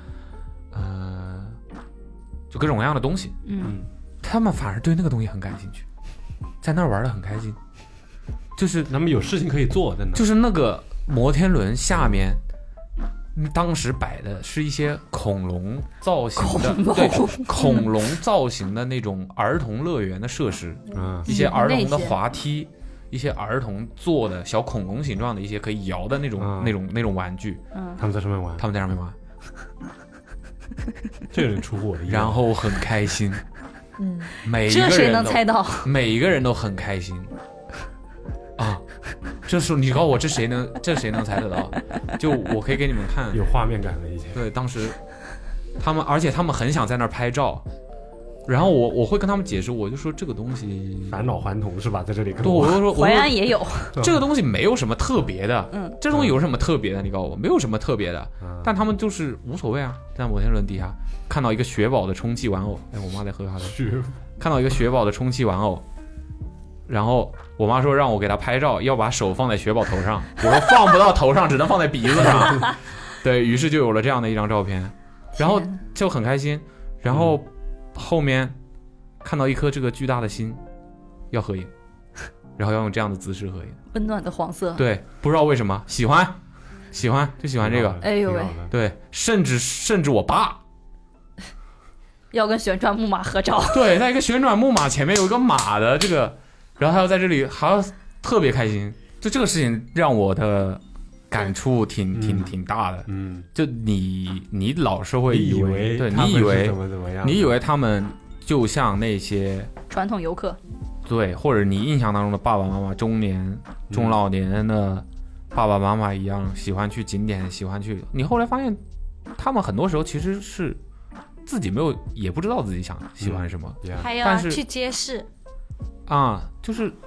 就各种各样的东西。他们反而对那个东西很感兴趣，在那儿玩得很开心，就是他们有事情可以做在那， 就是那个摩天轮下面。当时摆的是一些恐龙造型的，对，恐龙造型的那种儿童乐园的设施，一些儿童的滑梯，一些儿童做的小恐龙形状的一些可以摇的那种玩具， 他们在上面玩，这有点出乎我的意料， 然后很开心， 这谁能猜到？ 每一个人都很开心。这时候你告诉我这谁能猜得到？就我可以给你们看， 有画面感的一些。 对，当时而且他们很想在那儿拍照，然后我会跟他们解释，我就说这个东西返老还童是吧？在这里， 对，我就说淮安也有这个东西，没有什么特别的。这东西有什么特别的？你告诉我，没有什么特别的。但他们就是无所谓啊，在摩天轮底下看到一个雪宝的充气玩偶，我妈在喝咖啡，看到一个雪宝的充气玩偶。然后我妈说让我给她拍照，要把手放在雪宝头上，我说放不到头上，只能放在鼻子上。对，于是就有了这样的一张照片，然后就很开心。然后后面看到一颗这个巨大的心，要合影，然后要用这样的姿势合影， 温暖的黄色。 对，不知道为什么喜欢就喜欢这个。 哎呦喂！ 对，甚至我爸要跟旋转木马合照。 对，在一个旋转木马前面有一个马的这个。然后他要在这里还要特别开心，就这个事情让我的感触挺大的。就你老是会以为对，你以为他们就像那些传统游客， 对，或者你印象当中的爸爸妈妈中老年的爸爸妈妈一样，喜欢去景点，喜欢去。你后来发现，他们很多时候其实是自己也不知道自己喜欢什么， 还有去街市。 就是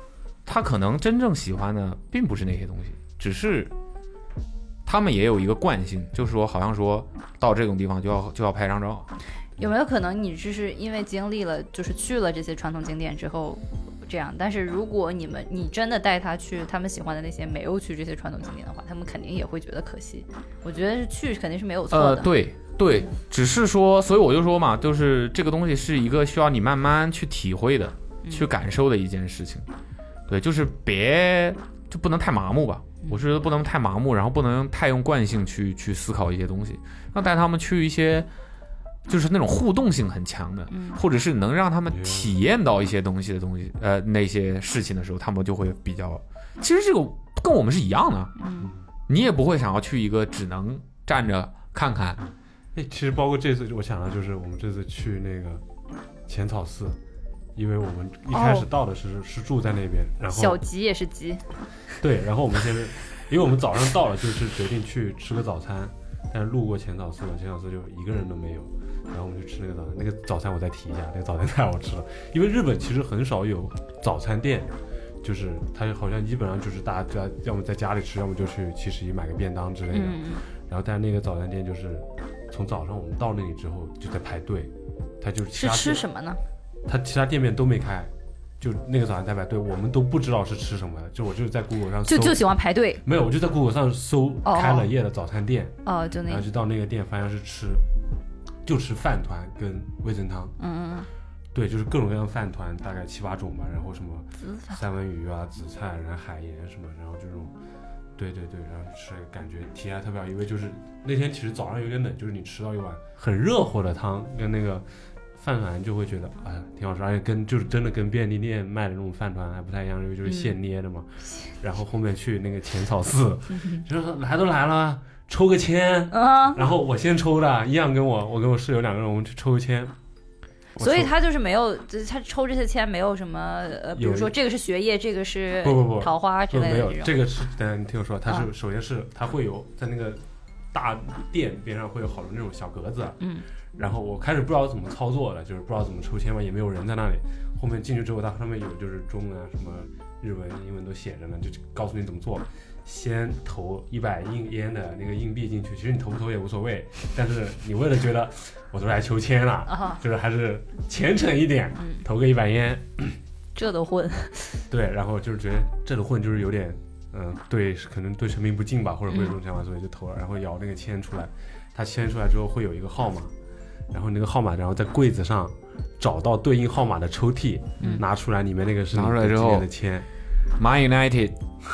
他可能真正喜欢的并不是那些东西，只是他们也有一个惯性，就是说好像说到这种地方就要拍张照。 有没有可能你就是因为经历了，就是去了这些传统景点之后这样？但是如果你真的带他去他们喜欢的那些没有去这些传统景点的话，他们肯定也会觉得可惜。我觉得去肯定是没有错的。 对，只是说，所以我就说嘛，就是这个东西是一个需要你慢慢去体会的、去感受的一件事情。对，就是就不能太麻木吧。我是觉得不能太麻木，然后不能太用惯性去思考一些东西，要带他们去一些就是那种互动性很强的，或者是能让他们体验到一些东西，那些事情的时候，他们就会比较。其实这个跟我们是一样的，你也不会想要去一个只能站着看看。 其实包括这次我想的就是我们这次去那个浅草寺，因为我们一开始到的是住在那边，然后小吉也是吉， 对，然后我们现在因为我们早上到了，就是决定去吃个早餐，但是路过浅草寺了，浅草寺就一个人都没有，然后我们就吃那个早餐。那个早餐我再提一下，那个早餐太好吃了，因为日本其实很少有早餐店，就是它好像基本上就是大家要么在家里吃，要么就去71买个便当之类的。然后但是那个早餐店就是从早上我们到那里之后就在排队，它就是是吃什么呢？ 它其他店面都没开，就那个早餐在排队，我们都不知道是吃什么的。就我就在 Google 上搜， 就喜欢排队。 没有，我就在 Google 上搜开了业的早餐店， 就那个， 然后就到那个店，发现是吃饭团跟味噌汤。对，就是各种各样的饭团，大概7、8种吧，然后什么三文鱼啊、紫菜，然后海盐什么，然后这种。对，然后吃感觉体验特别好，因为就是那天其实早上有点冷，就是你吃到一碗很热乎的汤跟那个饭团，就会觉得哎呀挺好吃，而且就是真的跟便利店卖的那种饭团还不太一样，因为就是现捏的嘛。然后后面去那个浅草寺，就是来都来了，抽个签，然后我先抽的，一样跟我跟我室友2个人，我们去抽个签。 所以他就是没有，他抽这些签没有什么比如说这个是学业，这个是桃花之类的没有，这个是等下你听我说，它是首先是它会有在那个大殿边上会有好多那种小格子，然后我开始不知道怎么操作的，就是不知道怎么抽签嘛，也没有人在那里。后面进去之后，它上面有就是中啊什么日文、英文都写着呢，就告诉你怎么做。先投100yen的那个硬币进去，其实你投不投也无所谓，但是你为了觉得我都来求签了，就是还是虔诚一点，投个100yen， 这都混。 对，然后就是觉得这都混就是有点，对，可能对神明不敬吧，或者会有这种想法，所以就投了，然后摇那个签出来，它签出来之后会有一个号码，然后那个号码，然后在柜子上找到对应号码的抽屉，拿出来，里面那个是拿出来之后的签 ，My United。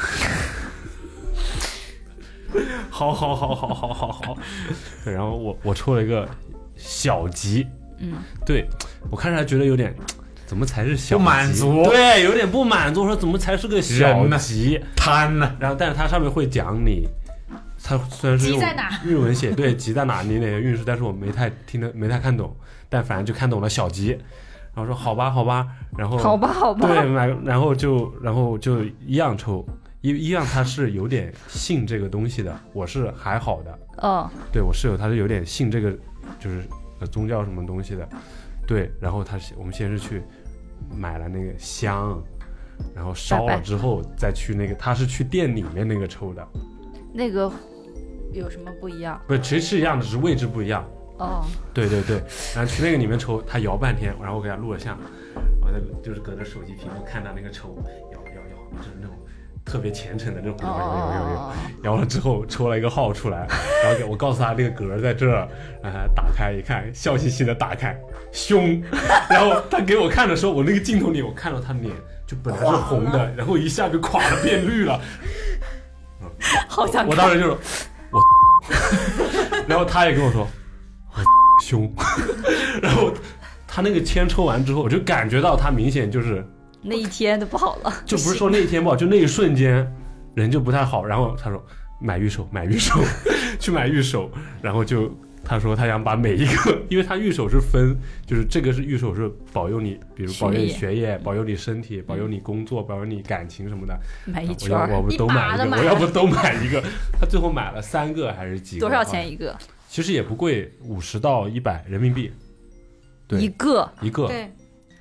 好，对，然后我抽了一个小吉，对我看着还觉得有点，怎么才是小吉？不满足， 对，有点不满足，说怎么才是个小吉？ 贪呢？ 然后，但是它上面会讲你，它虽然是用日文写，对，吉在哪，你哪个运势，但是我没太看懂，但反正就看懂了小吉，然后说好吧，然后好吧， 对，然后就一样抽。一样他是有点信这个东西的，我是还好的。对，我室友他是有点信这个，就是宗教什么东西的。对，然后我们先是去买了那个香，然后烧了之后再去那个，他是去店里面那个抽的。那个有什么不一样？ 不是，其实是一样的，只是位置不一样。对，然后去那个里面抽，他摇半天，然后我给他录了像，我就是隔着手机屏幕看他那个抽，摇，就是那种。特别虔诚的那种，摇了之后抽了一个号出来，然后我告诉他这个格在这儿，打开一看，笑嘻嘻的打开，凶，然后他给我看的时候，我那个镜头里我看到他脸就本来是红的，然后一下就垮了变绿了， 好想看， 我当时就是我，然后他也跟我说我凶，然后他那个签抽完之后，我就感觉到他明显就是。 那一天都不好了， 就不是说那一天不好，就那一瞬间人就不太好。然后他说买玉手，去买玉手，然后他说他想把每一个，因为他玉手是分，就是这个是玉手是保佑你，比如保佑你学业，保佑你身体，保佑你工作，保佑你感情什么的。 买一圈， 我不都买一个，我要不都买一个。他最后买了3个还是几个？ 多少钱一个？ 其实也不贵，50到100人民币。对， 一个。 对。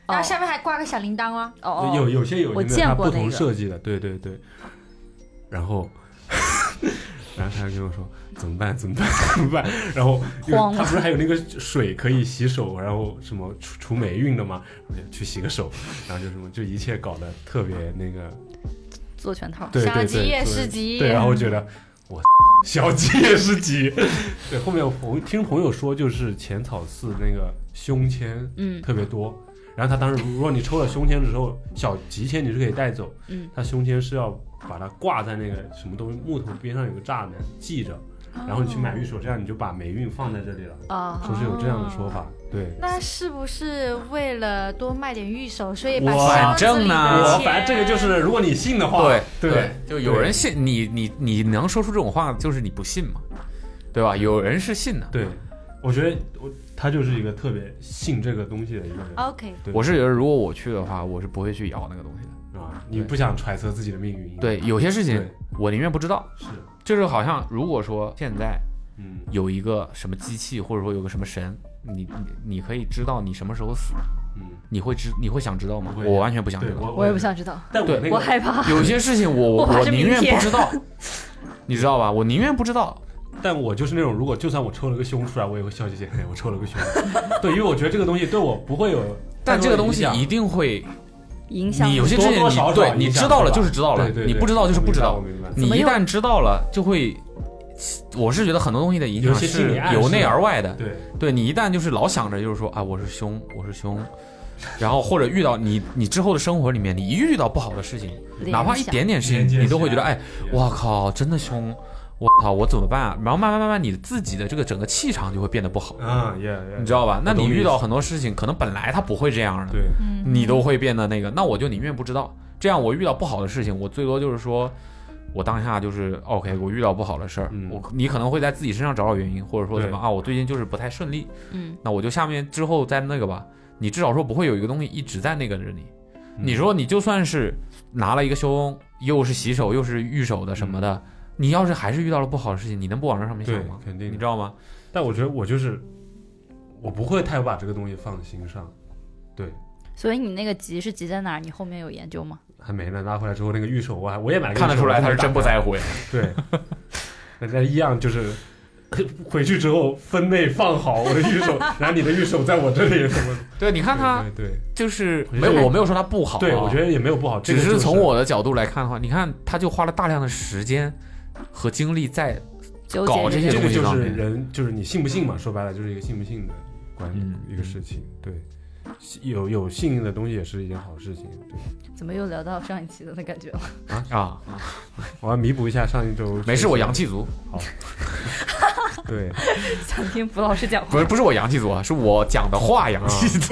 然后下面还挂个小铃铛啊。 哦， 有些有我那个它不同见过那个设计的，对对对。然后他就跟我说怎么办？然后慌了他不是还有那个水可以洗手，然后什么除霉运的吗？去洗个手，然后就什么就一切搞得特别那个做全套。 对小吉也是吉。 对，然后我觉得我小吉也是吉。对，后面我听朋友说，就是浅草寺那个胸签特别多。然后他当时如果你抽了胸签之后，小吉签你是可以带走，他胸签是要把它挂在那个什么东西木头边上有个栅栏系着，然后你去买玉手，这样你就把霉运放在这里了。说是有这样的说法。对， 那是不是为了多卖点玉手，所以把反正呢， 反正这个就是如果你信的话， 对，就有人信你能说出这种话，就是你不信嘛，对吧？有人是信的。 对，我觉得他就是一个特别信这个东西的一个人。 OK， 我是觉得如果我去的话，我是不会去摇那个东西的啊。你不想揣测自己的命运？ 对，有些事情我宁愿不知道。 是， 就是好像如果说现在有一个什么机器，或者说有个什么神，你可以知道你什么时候死，你会想知道吗？我完全不想知道， 我也不想知道。 但我害怕。 有些事情我宁愿不知道，你知道吧？我宁愿不知道。 但我就是那种，如果就算我抽了个胸出来，我也会笑嘻嘻，我抽了个胸。对，因为我觉得这个东西对我不会有， 但这个东西一定会影响你。有些事情对你知道了就是知道了，你不知道就是不知道。你一旦知道了，就会，我是觉得很多东西的影响是由内而外的。对你一旦就是老想着就是说啊，我是凶，然后或者遇到你之后的生活里面，你一遇到不好的事情，哪怕一点点事情，你都会觉得哎，我靠，真的凶。我靠，我怎么办啊？然后慢慢，你自己的这个整个气场就会变得不好你知道吧？那你遇到很多事情，可能本来它不会这样的，你都会变得那个。那我就宁愿不知道，这样我遇到不好的事情，我最多就是说，我当下就是 OK， 我遇到不好的事儿，你可能会在自己身上找找原因，或者说怎么啊，我最近就是不太顺利，那我就下面之后再那个吧。你至少说不会有一个东西一直在那个着你。你说你就算是拿了一个胸，又是洗手又是玉手的什么的。你要是还是遇到了不好的事情，你能不往这上面想吗？ 肯定， 你知道吗？ 但我觉得我不会太把这个东西放心上。对， 所以你那个急是急在哪儿？你后面有研究吗？ 还没呢，拿回来之后那个玉手我也买了个玉手， 看得出来他是真不在乎呀。 对，那一样就是回去之后分类放好我的玉手，然后你的玉手在我这里什么？ 对，你看他， 对， 就是我没有说他不好， 对，我觉得也没有不好， 只是从我的角度来看的话，你看他就花了大量的时间和精力在搞这些东西上面。 这个就是人，就是你信不信嘛？说白了就是一个信不信的一个事情。对，有幸运的东西也是一件好事情。对， 怎么又聊到上一期的那感觉了？ 我要弥补一下上一周。 没事，我阳气足。 好。对， 想听卜老师讲话。 不是我阳气足啊，是我讲的话阳气足。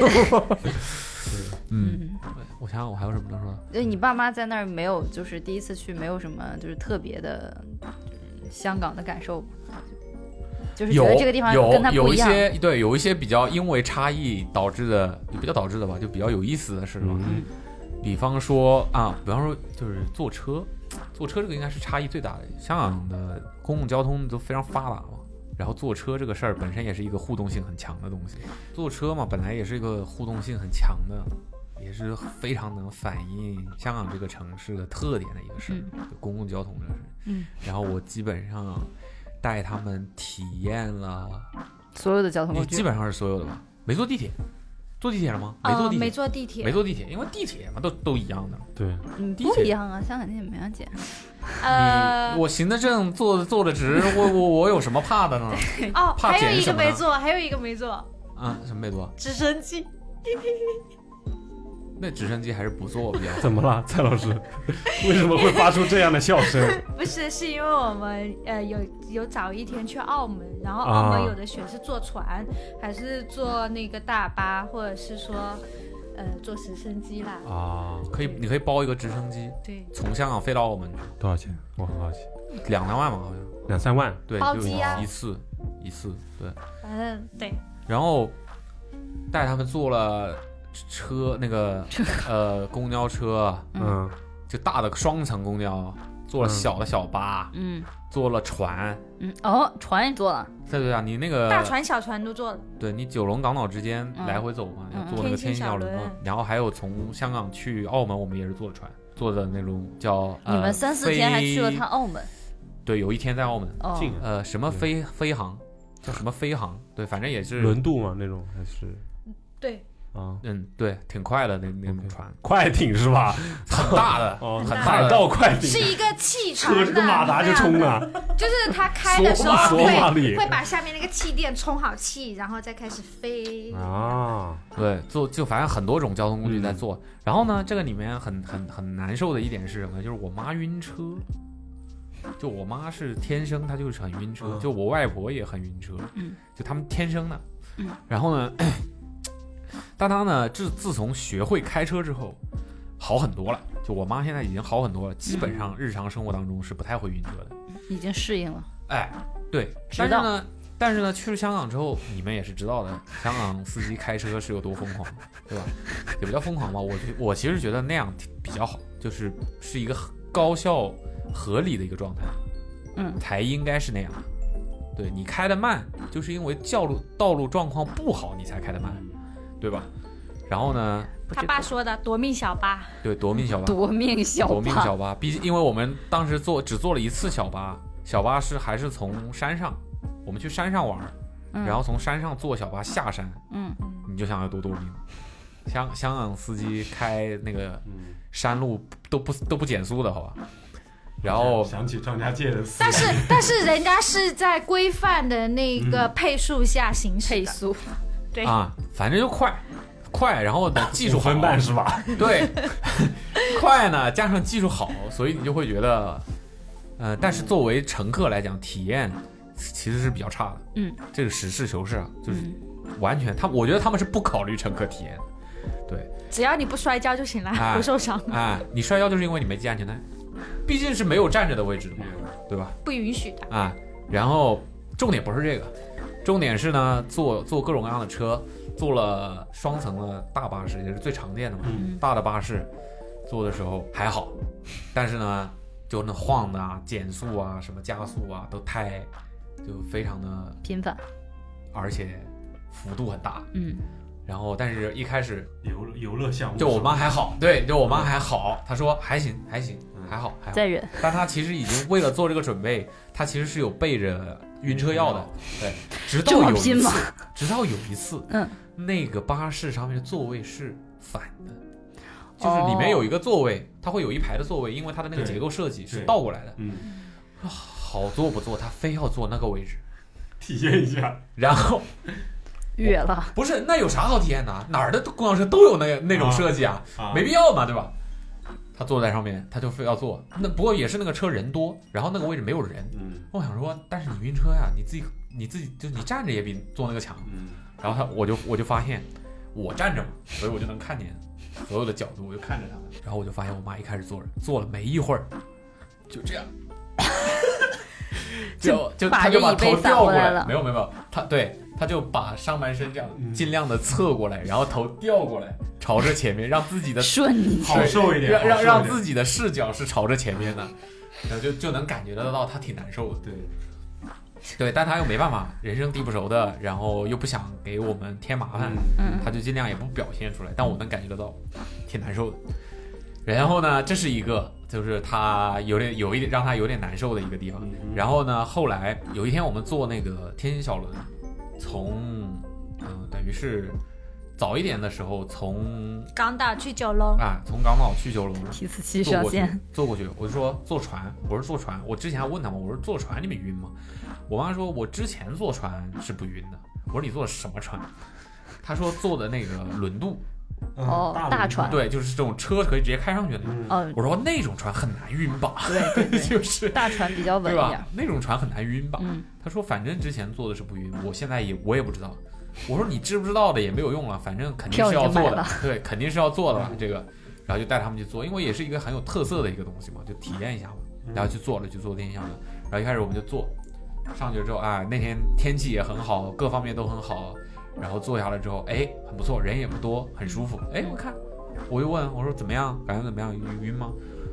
我想想我还有什么能说的？ 对，你爸妈在那儿没有，就是第一次去，没有什么就是特别的香港的感受，就是觉得这个地方跟他不一样。 有一些比较因为差异导致的，也不叫导致的吧，就比较有意思的事嘛。比方说就是坐车这个应该是差异最大的。香港的公共交通都非常发达嘛，然后坐车这个事儿本身也是一个互动性很强的东西。坐车嘛，本来也是一个互动性很强的，也是非常能反映香港这个城市的特点的一个事儿。公共交通这是。然后我基本上带他们体验了所有的交通工具， 基本上是所有的吧。没坐地铁。坐地铁了吗？ 没坐地铁， 因为地铁嘛都一样的。 对， 不一样啊，香港地铁没法减。 我行得正，坐得直，我有什么怕的呢？ 还有一个没坐。 什么没坐？ 直升机。 那直升机还是不坐比较好。 怎么了，蔡老师？为什么会发出这样的笑声？ 不是，是因为我们有早一天去澳门，然后澳门有的选是坐船，还是坐那个大巴，或者是说坐直升机啦。 你可以包一个直升机， 对， 从香港飞到澳门。 多少钱？我很好奇。 2-3万嘛，好像。 2-3万。 对， 包机啊， 一次，对。 反正对。 然后带他们坐了。车那个公交车，就大的双层公交，坐了小的小巴， 坐了船， 船也坐了， 对啊，你那个大船小船都坐了， 对你九龙港岛之间来回走嘛，要坐那个天星小轮嘛，然后还有从香港去澳门，我们也是坐船，坐的那种叫你们3-4天还去了趟澳门？ 对，有一天在澳门， 近什么飞航，叫什么飞航，对，反正也是轮渡嘛那种还是对。 对，挺快的那种船， 快艇是吧？ 很大的， 很大道快艇， 是一个气船， 车这个马达就冲了， 就是它开的时候会把下面那个气垫充好气，然后再开始飞啊。 对，就反正很多种交通工具在做。然后呢，这个里面很难受的一点是什么？就是我妈晕车。就我妈是天生她就是很晕车，就我外婆也很晕车，就他们天生的。然后呢。但他呢，自从学会开车之后，好很多了。就我妈现在已经好很多了，基本上日常生活当中是不太会晕车的， 已经适应了。 哎，对。但是呢，去了香港之后，你们也是知道的，香港司机开车是有多疯狂，对吧？也不叫疯狂吧，我其实觉得那样比较好，是一个高效合理的一个状态，才应该是那样。对，你开得慢，就是因为道路状况不好，你才开得慢。对吧？然后呢？ 他爸说的夺命小巴。对， 夺命小巴。 夺命小巴。 毕竟因为我们当时只坐了一次小巴，小巴还是从山上，我们去山上玩，然后从山上坐小巴下山。你就想要多夺命。香港司机开那个山路都不减速的好吧？然后想起张家界的司机，但是人家是在规范的那个配速下行驶的。 配速。 对啊，反正就快，然后呢技术好 5分半是吧？ 对，快呢加上技术好，所以你就会觉得，但是作为乘客来讲，体验其实是比较差的。这个实事求是啊，就是完全我觉得他们是不考虑乘客体验的。对， 只要你不摔跤就行了，不受伤。 你摔跤就是因为你没系安全带，毕竟是没有站着的位置的嘛，对吧？ 不允许的。 然后重点不是这个。重点是呢，坐各种各样的车，坐了双层的大巴士，也是最常见的嘛。大的巴士坐的时候还好，但是呢，就那晃的啊、减速啊、什么加速啊，都就非常的频繁， 而且幅度很大。然后，但是一开始游乐项目， 就我妈还好，对，就我妈还好，她说还行，还好， 再忍。 但她其实已经为了做这个准备，她其实是有备着晕车药的，对。直到有一次，那个巴士上面的座位是反的，就是里面有一个座位，它会有一排的座位，因为它的那个结构设计是倒过来的。好坐不坐，他非要坐那个位置， 体验一下， 然后。 远了， 不是，那有啥好体验的？哪儿的公交车都有那种设计啊，没必要嘛，对吧？他坐在上面，他就非要坐。那不过也是那个车人多，然后那个位置没有人。我想说，但是你晕车呀，你自己就你站着也比坐那个强。然后我就发现，我站着嘛，所以我就能看见所有的角度，我就看着他们。然后我就发现我妈一开始坐了没一会儿，就这样。他就把头调过来了，没有，他就把上半身这样尽量的侧过来，然后头调过来，朝着前面，让自己的好受一点， 让自己的视角是朝着前面的，然后就能感觉得到他挺难受的。对，但他又没办法，人生地不熟的，然后又不想给我们添麻烦，他就尽量也不表现出来，但我能感觉得到，挺难受的。然后呢，这是一个就是他有一点让他有点难受的一个地方。然后呢，后来有一天我们坐那个天星小轮，从等于是早一点的时候从港岛去九龙从港岛去九龙提词器上线坐过去，我就说坐船，我之前还问他们，我说坐船你们晕吗？我妈说我之前坐船是不晕的。我说你坐的什么船？她说坐的那个轮渡。 大船， 对，就是这种车可以直接开上去的那种。我说那种船很难晕吧？ 对， 就是大船比较稳一点， 对吧？那种船很难晕吧？他说反正之前坐的是不晕，我现在我也不知道。我说你知不知道的也没有用了，反正肯定是要做的，对，肯定是要做的吧？这个，然后就带他们去做，因为也是一个很有特色的一个东西嘛，就体验一下嘛。然后去做天星小轮，然后一开始我们就坐上去之后，那天天气也很好，各方面都很好。然后坐下来之后，很不错，人也不多，很舒服。我就问我说怎么样，感觉怎么样？晕吗？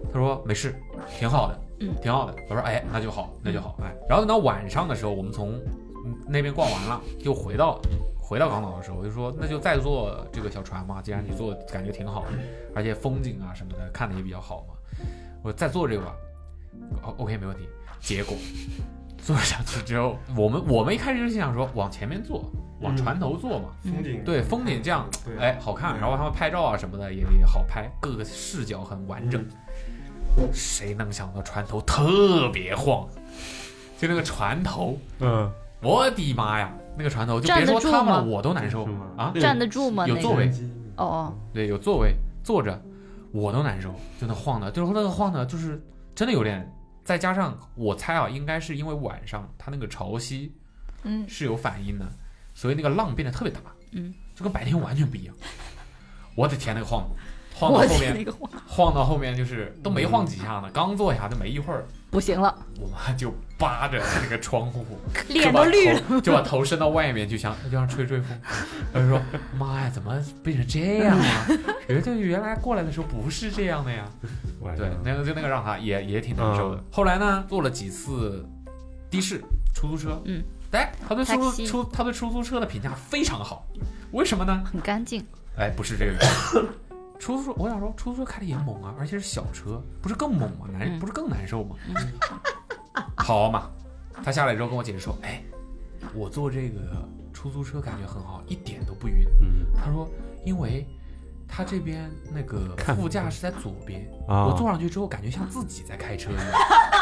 他说没事，挺好的，挺好的。我说哎，那就好，那就好，哎。然后等到晚上的时候，我们从那边逛完了，就回到港岛的时候，我就说那就再坐这个小船嘛，既然你坐感觉挺好的，而且风景啊什么的看的也比较好嘛，我再坐这个吧。OK 没问题。结果坐上去之后，我们一开始就想说往前面坐，往船头坐嘛， 风景对风景这样哎好看，然后他们拍照啊什么的也好拍，各个视角很完整。谁能想到船头特别晃，就那个船头，我的妈呀，那个船头就别说他们了，我都难受啊！ 站得住吗？ 有座位哦， 对，有座位坐着，我都难受，就那晃的，就是那个晃的，就是真的有点。再加上我猜啊，应该是因为晚上它那个潮汐，是有反应的，所以那个浪变得特别大，就跟白天完全不一样。我的天，那个晃到后面，晃到后面就是都没晃几下呢，刚坐下就没一会儿， 不行了， 我妈就扒着那个窗户， 脸都绿了， 就把头伸到外面，就想吹风。他就说：“妈呀，怎么变成这样啊？原来过来的时候不是这样的呀。”对，那个让他也挺难受的。后来呢，坐了几次的士、出租车，哎，他对出租车的评价非常好，为什么呢？ 很干净。 哎，不是这个原因。出租车，我想说，出租车开的也猛啊，而且是小车，不是更猛吗？不是更难受吗？好嘛，他下来之后跟我解释说，哎，我坐这个出租车感觉很好，一点都不晕。他说，因为他这边那个副驾是在左边，我坐上去之后感觉像自己在开车一样。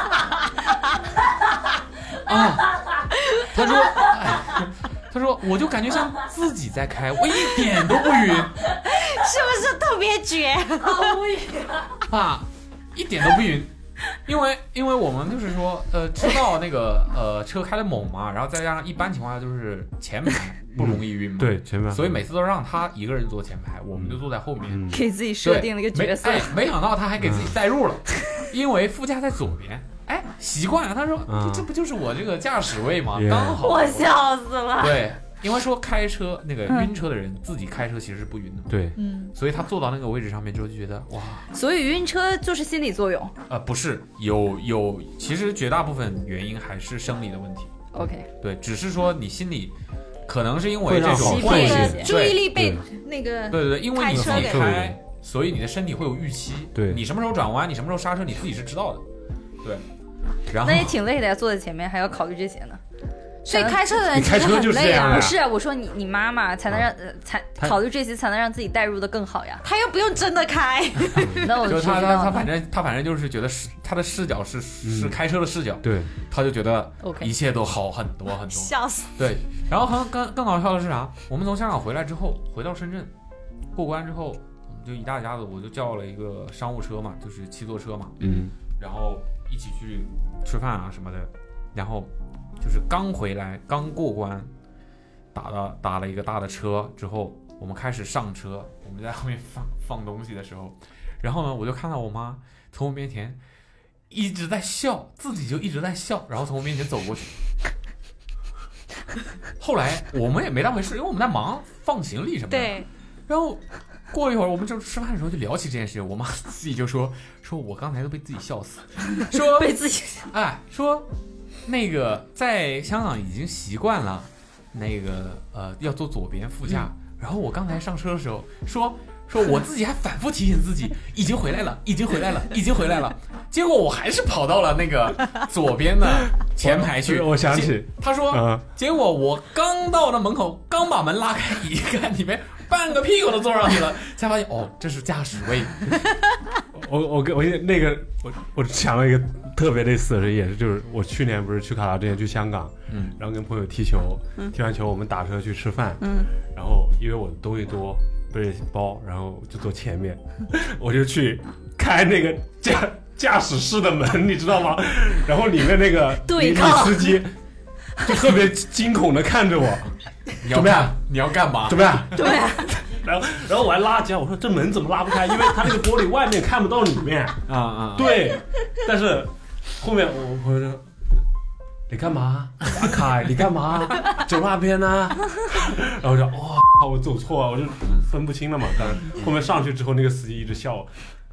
他说我就感觉像自己在开，我一点都不晕， 是不是特别绝？好无语啊，一点都不晕。因为我们就是说，知道那个车开的猛嘛，然后再加上一般情况下就是前排不容易晕嘛， 对前排， 所以每次都让他一个人坐前排，我们就坐在后面， 给自己设定了一个角色。 没想到他还给自己代入了，因为副驾在左边，哎，习惯了。他说，这不就是我这个驾驶位吗？刚好。 我笑死了。 对。因为说开车那个晕车的人自己开车其实是不晕的， 对， 所以他坐到那个位置上面之后就觉得哇， 所以晕车就是心理作用？ 不是，有，其实绝大部分原因还是生理的问题。 OK， 对，只是说你心里可能是因为这种注意力被那个对，因为你自己开，所以你的身体会有预期， 对， 你什么时候转弯，你什么时候刹车，你自己是知道的，对。然后那也挺累的呀，坐在前面还要考虑这些呢。 所以开车的人其实很累啊。 不是啊，我说你妈妈才能让才考虑这些，才能让自己带入的更好呀。 他又不用真的开， 那我就他反正就是觉得他的视角是开车的视角， 对， 他就觉得一切都好很多很多， 笑死。 对，然后更搞笑的是啥？我们从香港回来之后，回到深圳过关之后，我们就一大家子，我就叫了一个商务车嘛，就是7座车嘛，然后一起去吃饭啊什么的，然后。就是刚回来，刚过关，打了一个大的车之后，我们开始上车，我们在后面放东西的时候，然后呢，我就看到我妈从我面前一直在笑，自己就一直在笑，然后从我面前走过去。后来我们也没当回事，因为我们在忙放行李什么的。 对。 然后过了一会儿，我们就吃饭的时候就聊起这件事，我妈自己就说我刚才都被自己笑死，说被自己说。那个在香港已经习惯了，那个要坐左边副驾，然后我刚才上车的时候说我自己还反复提醒自己已经回来了，结果我还是跑到了那个左边的前排去。 我想起他说，结果我刚到了门口，刚把门拉开一看，里面半个屁股都坐上去了，才发现这是驾驶位。 我那个我想了一个特别类似的事，也是就是我去年不是去卡拉之前去香港，然后跟朋友踢球，踢完球我们打车去吃饭，然后因为我的东西多，背着包，然后就坐前面，我就去开那个驾驶室的门，你知道吗？然后里面那个女司机就特别惊恐的看着我，怎么样？ 你要干嘛？ 怎么样？对。然后我还拉脚，我说这门怎么拉不开？因为它那个玻璃外面看不到里面对，但是后面我朋友说你干嘛？阿凯你干嘛？走那边呢？然后我就我走错了，我就分不清了嘛。但后面上去之后，那个司机一直笑，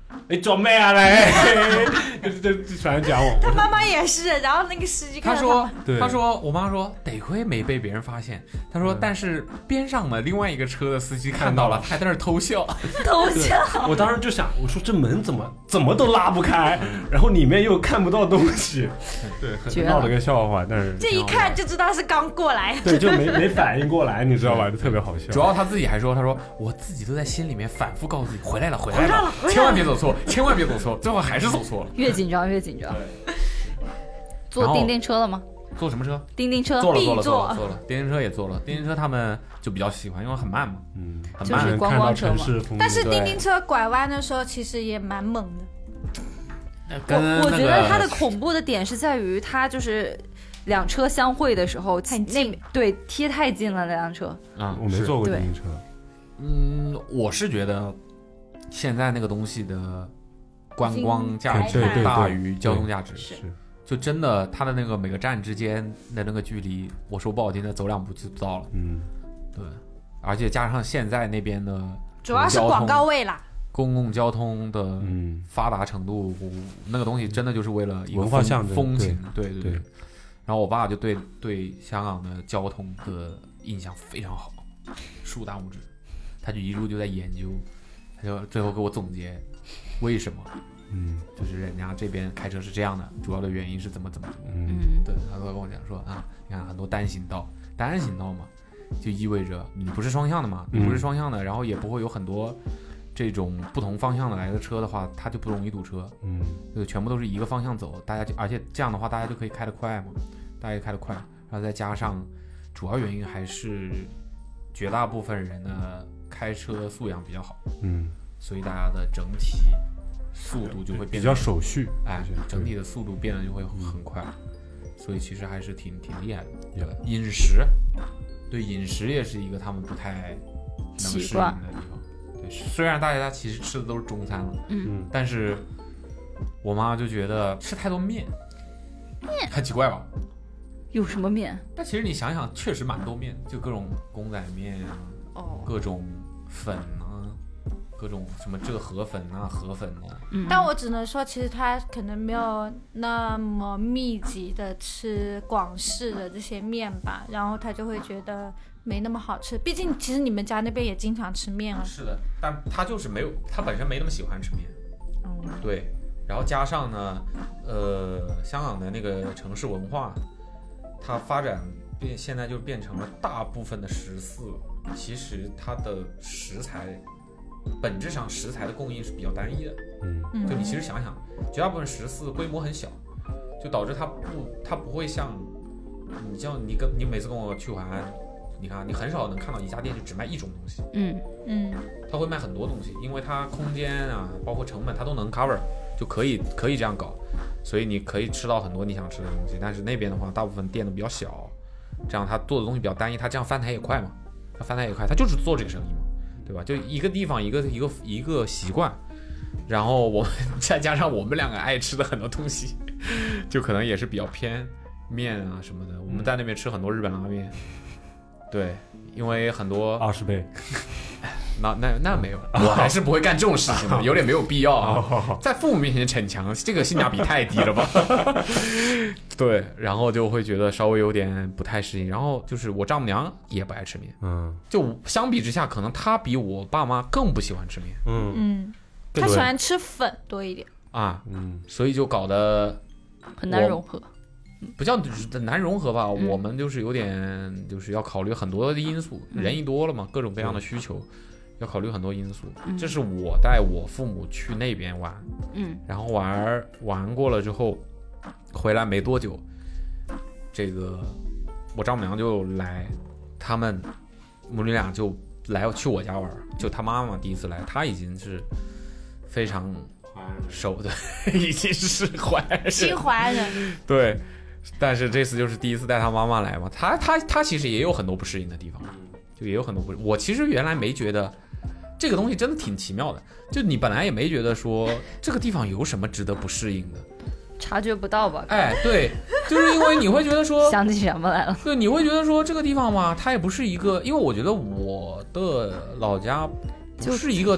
装妹啊嘞，这反正讲我， 他妈妈也是，然后那个司机他看说我妈说得亏没被别人发现，他说但是边上的另外一个车的司机看到了，还在那儿偷笑。 我当时就想，我说这门怎么都拉不开，然后里面又看不到东西，对，很闹了个笑话，但是这一看就知道是刚过来， 对，就没反应过来，你知道吧？就特别好笑。 主要他自己还说，他说我自己都在心里面反复告诉自己回来了，千万别走错，千万别走错，最后还是走错了， 越紧张越紧张。坐叮叮车了吗？ 坐什么车？ 叮叮车坐了，叮叮车也坐了。叮叮车他们就比较喜欢，因为很慢嘛，很慢， 就是观光车嘛。 但是叮叮车拐弯的时候其实也蛮猛的。 我觉得它的恐怖的点是在于它就是两车相会的时候很近， 对，贴太近了那辆车啊。 我没坐过叮叮车。 我是觉得现在那个东西的观光价值大于交通价值， 是。 就真的，它的那个每个站之间的那个距离，我说不好听的，走2步就到了。对，而且加上现在那边的主要是广告位啦， 公共交通的发达程度，那个东西真的就是为了一个文化象征风情。对。然后我爸就对香港的交通的印象非常好，竖大拇指，他就一路就在研究，他就最后给我总结为什么。就是人家这边开车是这样的，主要的原因是怎么。对，他跟我讲说啊，你看很多单行道嘛，就意味着你不是双向的嘛，然后也不会有很多这种不同方向的来的车的话，它就不容易堵车。就全部都是一个方向走，大家就而且这样的话，大家就可以开得快嘛，然后再加上主要原因还是绝大部分人的开车素养比较好，所以大家的整体速度就会变得比较手续， 整体的速度变得就会很快，所以其实还是挺厉害的。饮食也是一个他们不太能适应的地方。对，虽然大家其实吃的都是中餐了，但是我妈就觉得吃太多面很奇怪吧？ 有什么面？ 但其实你想想，确实蛮多面，就各种公仔面啊，各种粉啊。各种什么这个河粉啊河粉啊， 但我只能说其实他可能没有那么密集的吃广式的这些面吧，然后他就会觉得没那么好吃，毕竟其实你们家那边也经常吃面啊。 是的，但他就是没有，他本身没那么喜欢吃面。对，然后加上呢香港的那个城市文化它发展现在就变成了大部分的14其实它的食材本质上食材的供应是比较单一的，就你其实想想，绝大部分14规模很小，就导致它不会像你每次跟我去淮安，你看你很少能看到一家店就只卖一种东西，它会卖很多东西，因为它空间啊，包括成本它都能 cover， 就可以这样搞，所以你可以吃到很多你想吃的东西。但是那边的话，大部分店都比较小，这样它做的东西比较单一，它这样翻台也快嘛，它就是做这个生意嘛。对吧？就一个地方一个习惯，然后我们再加上我们两个爱吃的很多东西，就可能也是比较偏面啊什么的。我们在那边吃很多日本拉面，对，因为很多 20倍， 那没有，我还是不会干这种事情的，有点没有必要啊，在父母面前逞强，这个性价比太低了吧？对，然后就会觉得稍微有点不太适应。然后就是我丈母娘也不爱吃面，就相比之下，可能她比我爸妈更不喜欢吃面， 她喜欢吃粉多一点啊，所以就搞得很难融合。 不叫难融合吧，我们就是有点就是要考虑很多的因素，人一多了嘛，各种各样的需求，要考虑很多因素。这是我带我父母去那边玩，然后玩过了之后，回来没多久，这个我丈母娘就来，他们母女俩就来去我家玩，就他妈妈第一次来，她已经是非常熟的，已经是新淮人， 对。但是这次就是第一次带他妈妈来嘛，他其实也有很多不适应的地方，就也有很多不适应。我其实原来没觉得这个东西真的挺奇妙的，就你本来也没觉得说这个地方有什么值得不适应的， 察觉不到吧？ 哎，对，就是因为你会觉得说想起什么来了？ 对，你会觉得说这个地方嘛，它也不是一个，因为我觉得我的老家不是一个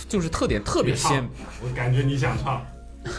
就是特点特别鲜。 我感觉你想唱。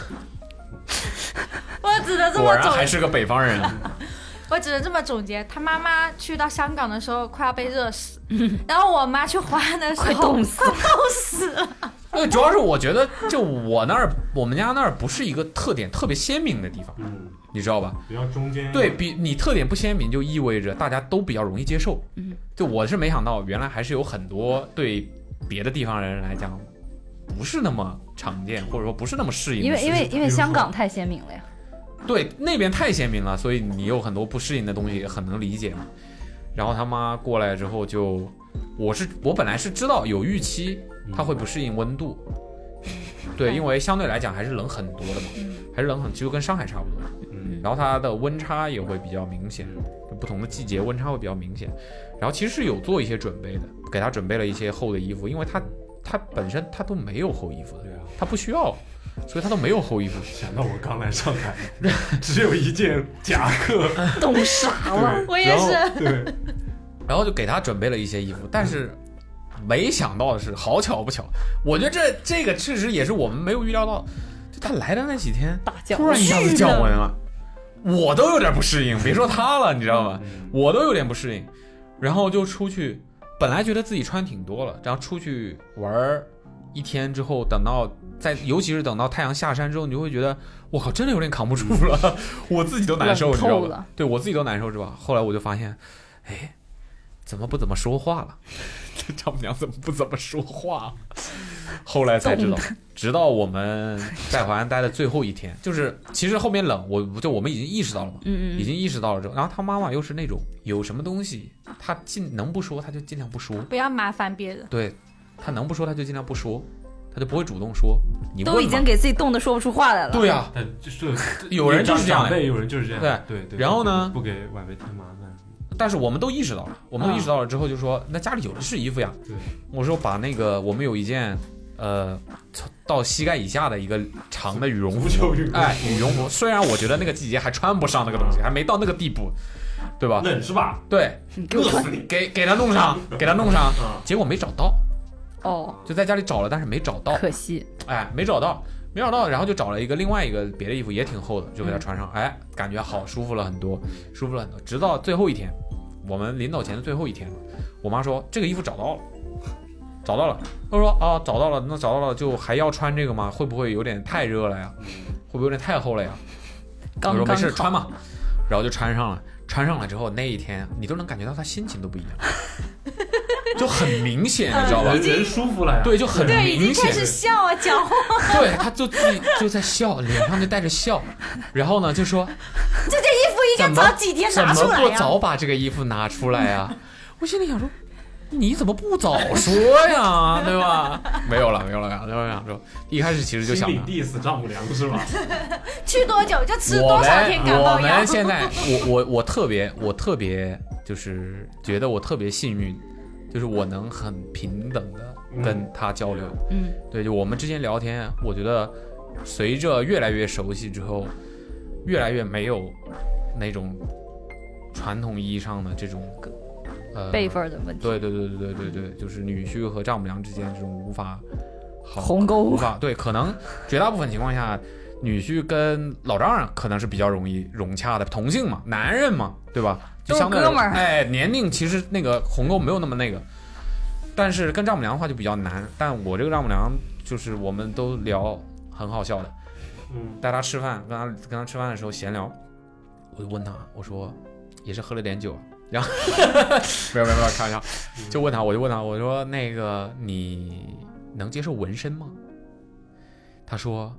我只能这么果然还是个北方人。 我只能这么总结，他妈妈去到香港的时候快要被热死，然后我妈去华安的时候快冻死了。 主要是我觉得，就我们家那儿不是一个特点特别鲜明的地方，你知道吧？ 比较中间。 对比你特点不鲜明，就意味着大家都比较容易接受。就我是没想到，原来还是有很多对别的地方人来讲不是那么常见，或者说不是那么适应。 因为香港太鲜明了呀。 对，那边太鲜明了，所以你有很多不适应的东西，也很能理解嘛。然后他妈过来之后就，我本来是知道有预期他会不适应温度，对，因为相对来讲还是冷很多的嘛，还是冷很，就跟上海差不多。然后它的温差也会比较明显，不同的季节温差会比较明显。然后其实是有做一些准备的，给他准备了一些厚的衣服，因为他本身他都没有厚衣服的，他不需要。所以他都没有厚衣服。 想到我刚来上海，只有一件夹克， 冻傻了。 我也是。 对。 然后就给他准备了一些衣服，但是没想到的是，好巧不巧，我觉得这个确实也是我们没有预料到，就他来的那几天，突然一下子降温了，我都有点不适应，别说他了，你知道吗？我都有点不适应，然后就出去，本来觉得自己穿挺多了，然后出去玩一天之后，尤其是等到太阳下山之后，你就会觉得我靠，真的有点扛不住了，我自己都难受，你知道吧？对，我自己都难受是吧？后来我就发现，哎，怎么不怎么说话了？这丈母娘怎么不怎么说话？后来才知道，直到我们在淮安待的最后一天，就是其实后面冷，我们已经意识到了嘛，已经意识到了之后，然后他妈妈又是那种有什么东西，他能不说他就尽量不说， 不要麻烦别人。 对，他能不说他就尽量不说。他就不会主动说，你都已经给自己冻得说不出话来了。 对呀， 就是有人就是这样， 有人就是这样。对。 然后呢， 不给晚辈添麻烦。 但是我们都意识到了，之后就说，那家里有的是衣服呀。 对， 我说把那个我们有一件到膝盖以下的一个长的羽绒服，羽绒服。虽然我觉得那个季节还穿不上那个东西，还没到那个地步，对吧？ 冷是吧？ 对， 饿死你！ 给他弄上，结果没找到。就在家里找了，但是没找到， 可惜。 没找到，然后就找了另外一个别的衣服，也挺厚的，就给他穿上，感觉好，舒服了很多。直到最后一天，我们临走前的最后一天，我妈说这个衣服找到了。她说找到了，那找到了就还要穿这个吗？会不会有点太热了呀？会不会有点太厚了呀？我说没事，穿嘛。然后就穿上了之后，那一天你都能感觉到他心情都不一样。就很明显，你知道吧？ 人舒服了呀。 对，就很明显。 对，已经开始笑啊，讲话。 对，他就自己就在笑，脸上就带着笑，然后呢就说：“ 这件衣服应该早几天拿出来呀。” 怎么不早把这个衣服拿出来呀？我心里想说，你怎么不早说呀？对吧？没有了。就想说，一开始其实就想心里 diss 丈母娘是吧？ 去多久就吃多少天感冒药。 我们现在，我特别就是觉得我特别幸运。就是我能很平等的跟他交流，对，就我们之间聊天，我觉得随着越来越熟悉之后，越来越没有那种传统意义上的这种辈分的问题。 对，就是女婿和丈母娘之间这种无法鸿沟， 无法对，可能绝大部分情况下，女婿跟老丈人可能是比较容易融洽的，同性嘛，男人嘛，对吧？就相对哥们儿， 年龄其实那个鸿沟没有那么那个，但是跟丈母娘的话就比较难。但我这个丈母娘就是我们都聊很好笑的，带她吃饭，跟她吃饭的时候闲聊，我就问她，我说也是喝了点酒，然后没有开玩笑，我就问她，我说那个你能接受纹身吗？她说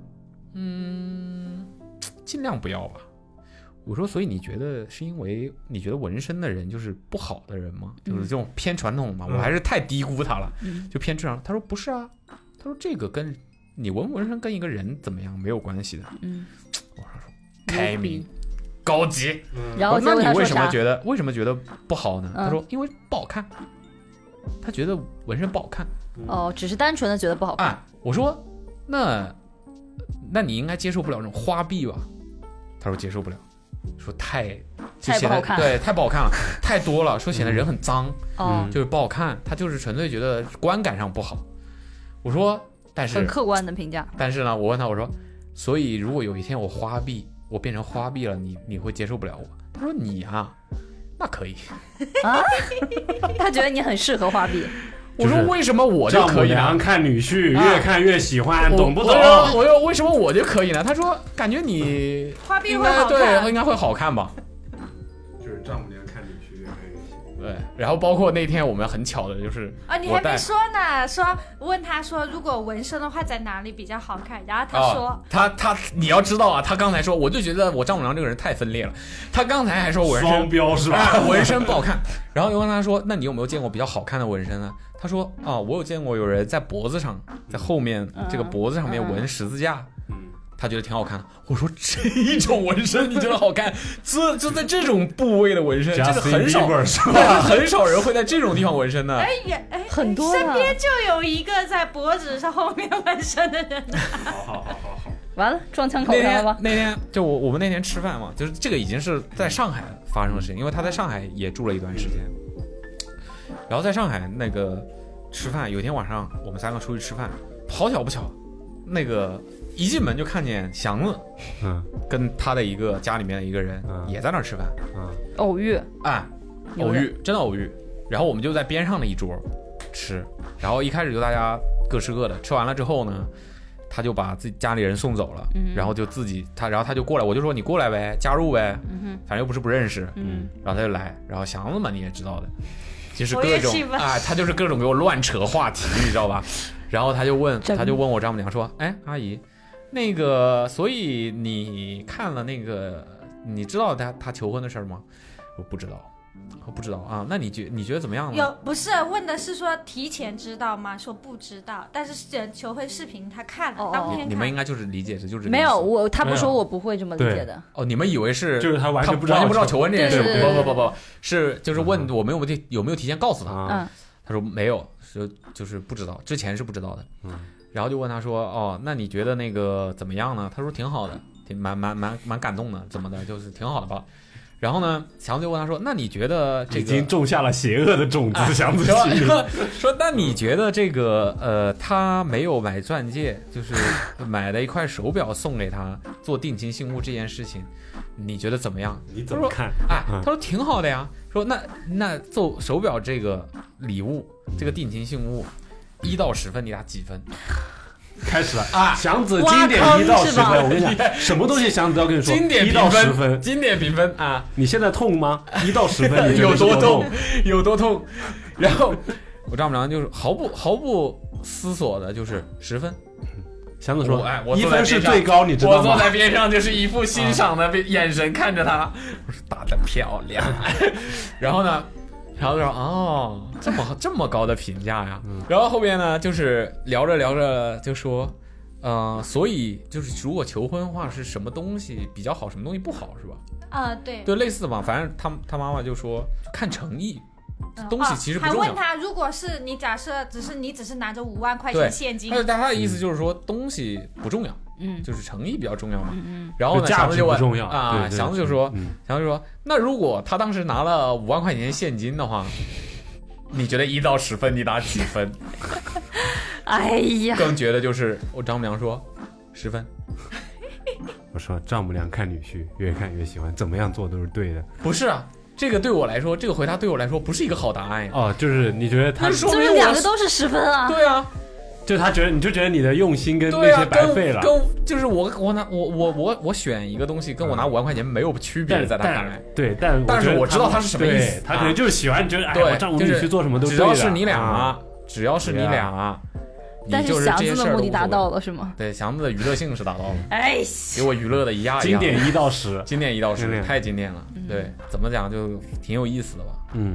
尽量不要吧。我说，所以你觉得是因为你觉得纹身的人就是不好的人吗？就是这种偏传统嘛？我还是太低估他了，就偏正常。他说不是啊，他说这个跟你纹身跟一个人怎么样没有关系的。我说开明高级。 然后那你为什么觉得不好呢？他说因为不好看，他觉得纹身不好看。 只是单纯的觉得不好看。 我说那你应该接受不了这种花臂吧？他说接受不了。说太不好看， 对，太不好看了，太多了，说显得人很脏，就是不好看，他就是纯粹觉得观感上不好。我说但是很客观的评价。 但是呢，我问他，我说，所以如果有一天我花臂，我变成花臂了，你会接受不了我？他说你啊，那可以啊，他觉得你很适合花臂。 我说为什么我就可以呢？ 看女婿越看越喜欢，懂不懂？ 我说为什么我就可以呢？他说感觉你花臂会好看， 对，应该会好看吧。 就是丈母娘看女婿越看越喜欢。 对，然后包括那天我们很巧的就是啊，你还没说呢，说问他说如果纹身的话在哪里比较好看，然后他说、 他你要知道啊，他刚才说我就觉得我丈母娘这个人太分裂了，他刚才还说纹身双标是吧？ 纹身不好看，然后又问他说那你有没有见过比较好看的纹身呢？他说啊，我有见过有人在脖子上，在后面这个脖子上面纹十字架，他觉得挺好看的。我说这种纹身你觉得好看？就在这种部位的纹身，这个很少，很少人会在这种地方纹身的。 很多身边就有一个在脖子上后面纹身的人。 好， 完了，撞枪口上了吧？ 那天就我们那天吃饭嘛，就是这个已经是在上海发生的事情，因为他在上海也住了一段时间。然后在上海那个吃饭，有一天晚上我们三个出去吃饭，好巧不巧，那个一进门就看见祥子，跟他的一个家里面的一个人也在那儿吃饭， 偶遇， 偶遇，真的偶遇。然后我们就在边上的一桌吃，然后一开始就大家各吃各的，吃完了之后呢，他就把自己家里人送走了，然后就自己然后他就过来，我就说你过来呗，加入呗，反正又不是不认识，然后他就来，然后祥子嘛你也知道的。就是各种他就是各种给我乱扯话题，你知道吧？然后他就问我丈母娘说：“哎，阿姨，那个，所以你看了那个，你知道他求婚的事儿吗？”我不知道啊。那你觉得怎么样呢？ 不是问的是说提前知道吗？说不知道，但是求婚视频他看了，当天看。 你们应该就是理解是就是没有他不说我不会这么理解的。 哦，你们以为是就是他完全不知道求婚这件事？不，是就是问我们有没有提前告诉他？他说没有，就是不知道，之前是不知道的。然后就问他说：“哦，那你觉得那个怎么样呢？”他说：“挺好的，蛮感动的，怎么的，就是挺好的吧。”然后呢，祥子就问他说：“那你觉得这个已经种下了邪恶的种子？”祥子说：“那你觉得这个他没有买钻戒，就是买了一块手表送给他做定情信物这件事情，你觉得怎么样？ 你怎么看？” 他说挺好的呀。说那做手表这个礼物，这个定情信物，1到10分，你打几分？ 开始了啊！祥子经典1到10分，我跟你讲，什么东西祥子都要跟你说， 经典 1到10分， 经典评分啊！ 你现在痛吗？1到10分， 有多痛？有多痛？然后我丈母娘就是毫不思索的，就是10分。 祥子说：“ 我 1分是最高，你知道吗？” 我坐在边上就是一副欣赏的眼神看着他，我说打得漂亮。然后呢？然后就说哦，这么高的评价呀。然后后边呢，就是聊着就说，所以就是如果求婚的话是什么东西比较好，什么东西不好是吧？ 对， 对，类似的吧。反正他妈妈就说看诚意，东西其实不重要。 还问他，如果是你假设只是拿着5万块钱现金， 但他的意思就是说东西不重要。就是诚意比较重要嘛。然后呢， 价值不重要啊。祥子就说，那如果他当时拿了5万块钱现金的话，你觉得1到10分，你打几分？ 哎呀， 更觉得就是我丈母娘说10分。 我说丈母娘看女婿越看越喜欢，怎么样做都是对的。 不是啊，这个对我来说，这个回答对我来说不是一个好答案呀。 哦，就是你觉得他就是2个都是10分啊？ 对啊。 就他觉得你就觉得你的用心跟那些白费了， 就是我选一个东西跟我拿5万块钱没有区别，在他看来， 对， 但是我知道他是什么意思， 他可能就是喜欢，觉得哎，我丈母女婿做什么都对的， 只要是你俩， 但是祥子的目的达到了是吗？ 对，祥子的娱乐性是达到了， 哎， 给我娱乐的一样， 经典1到10， 经典1到10，太经典了，对，怎么讲就挺有意思的吧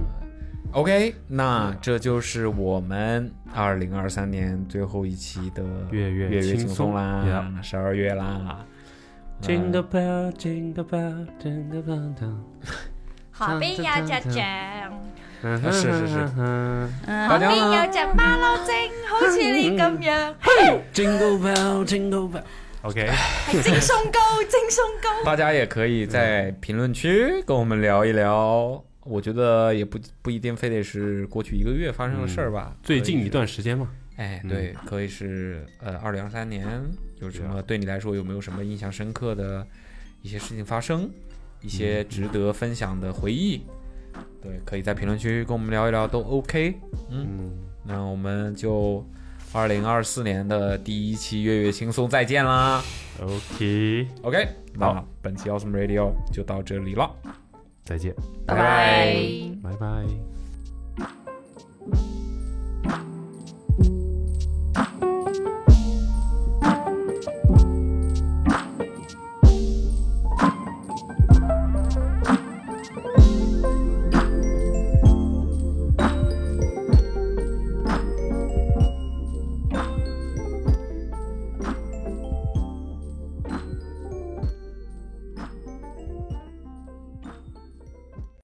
，OK， 那这就是我们2023年最后一期的月月轻松啦，12月啦。 Jingle bell, jingle bell, jingle bell。 下邊有隻象， 是。 下邊有隻馬騮精，好似你咁樣。 Jingle bell, jingle bell。OK， 係精鬆高。 大家也可以在评论区跟我们聊一聊。我觉得也不一定非得是过去1个月发生的事儿吧， 最近一段时间嘛， 哎，对，可以是2023年有什么对你来说有没有什么印象深刻的一些事情发生，一些值得分享的回忆，对，可以在评论区跟我们聊一聊都 OK。那我们就2024年的第一期月月轻松再见啦。OK， 那本期 Awesome Radio 就到这里了， 再见， 拜拜。 拜拜。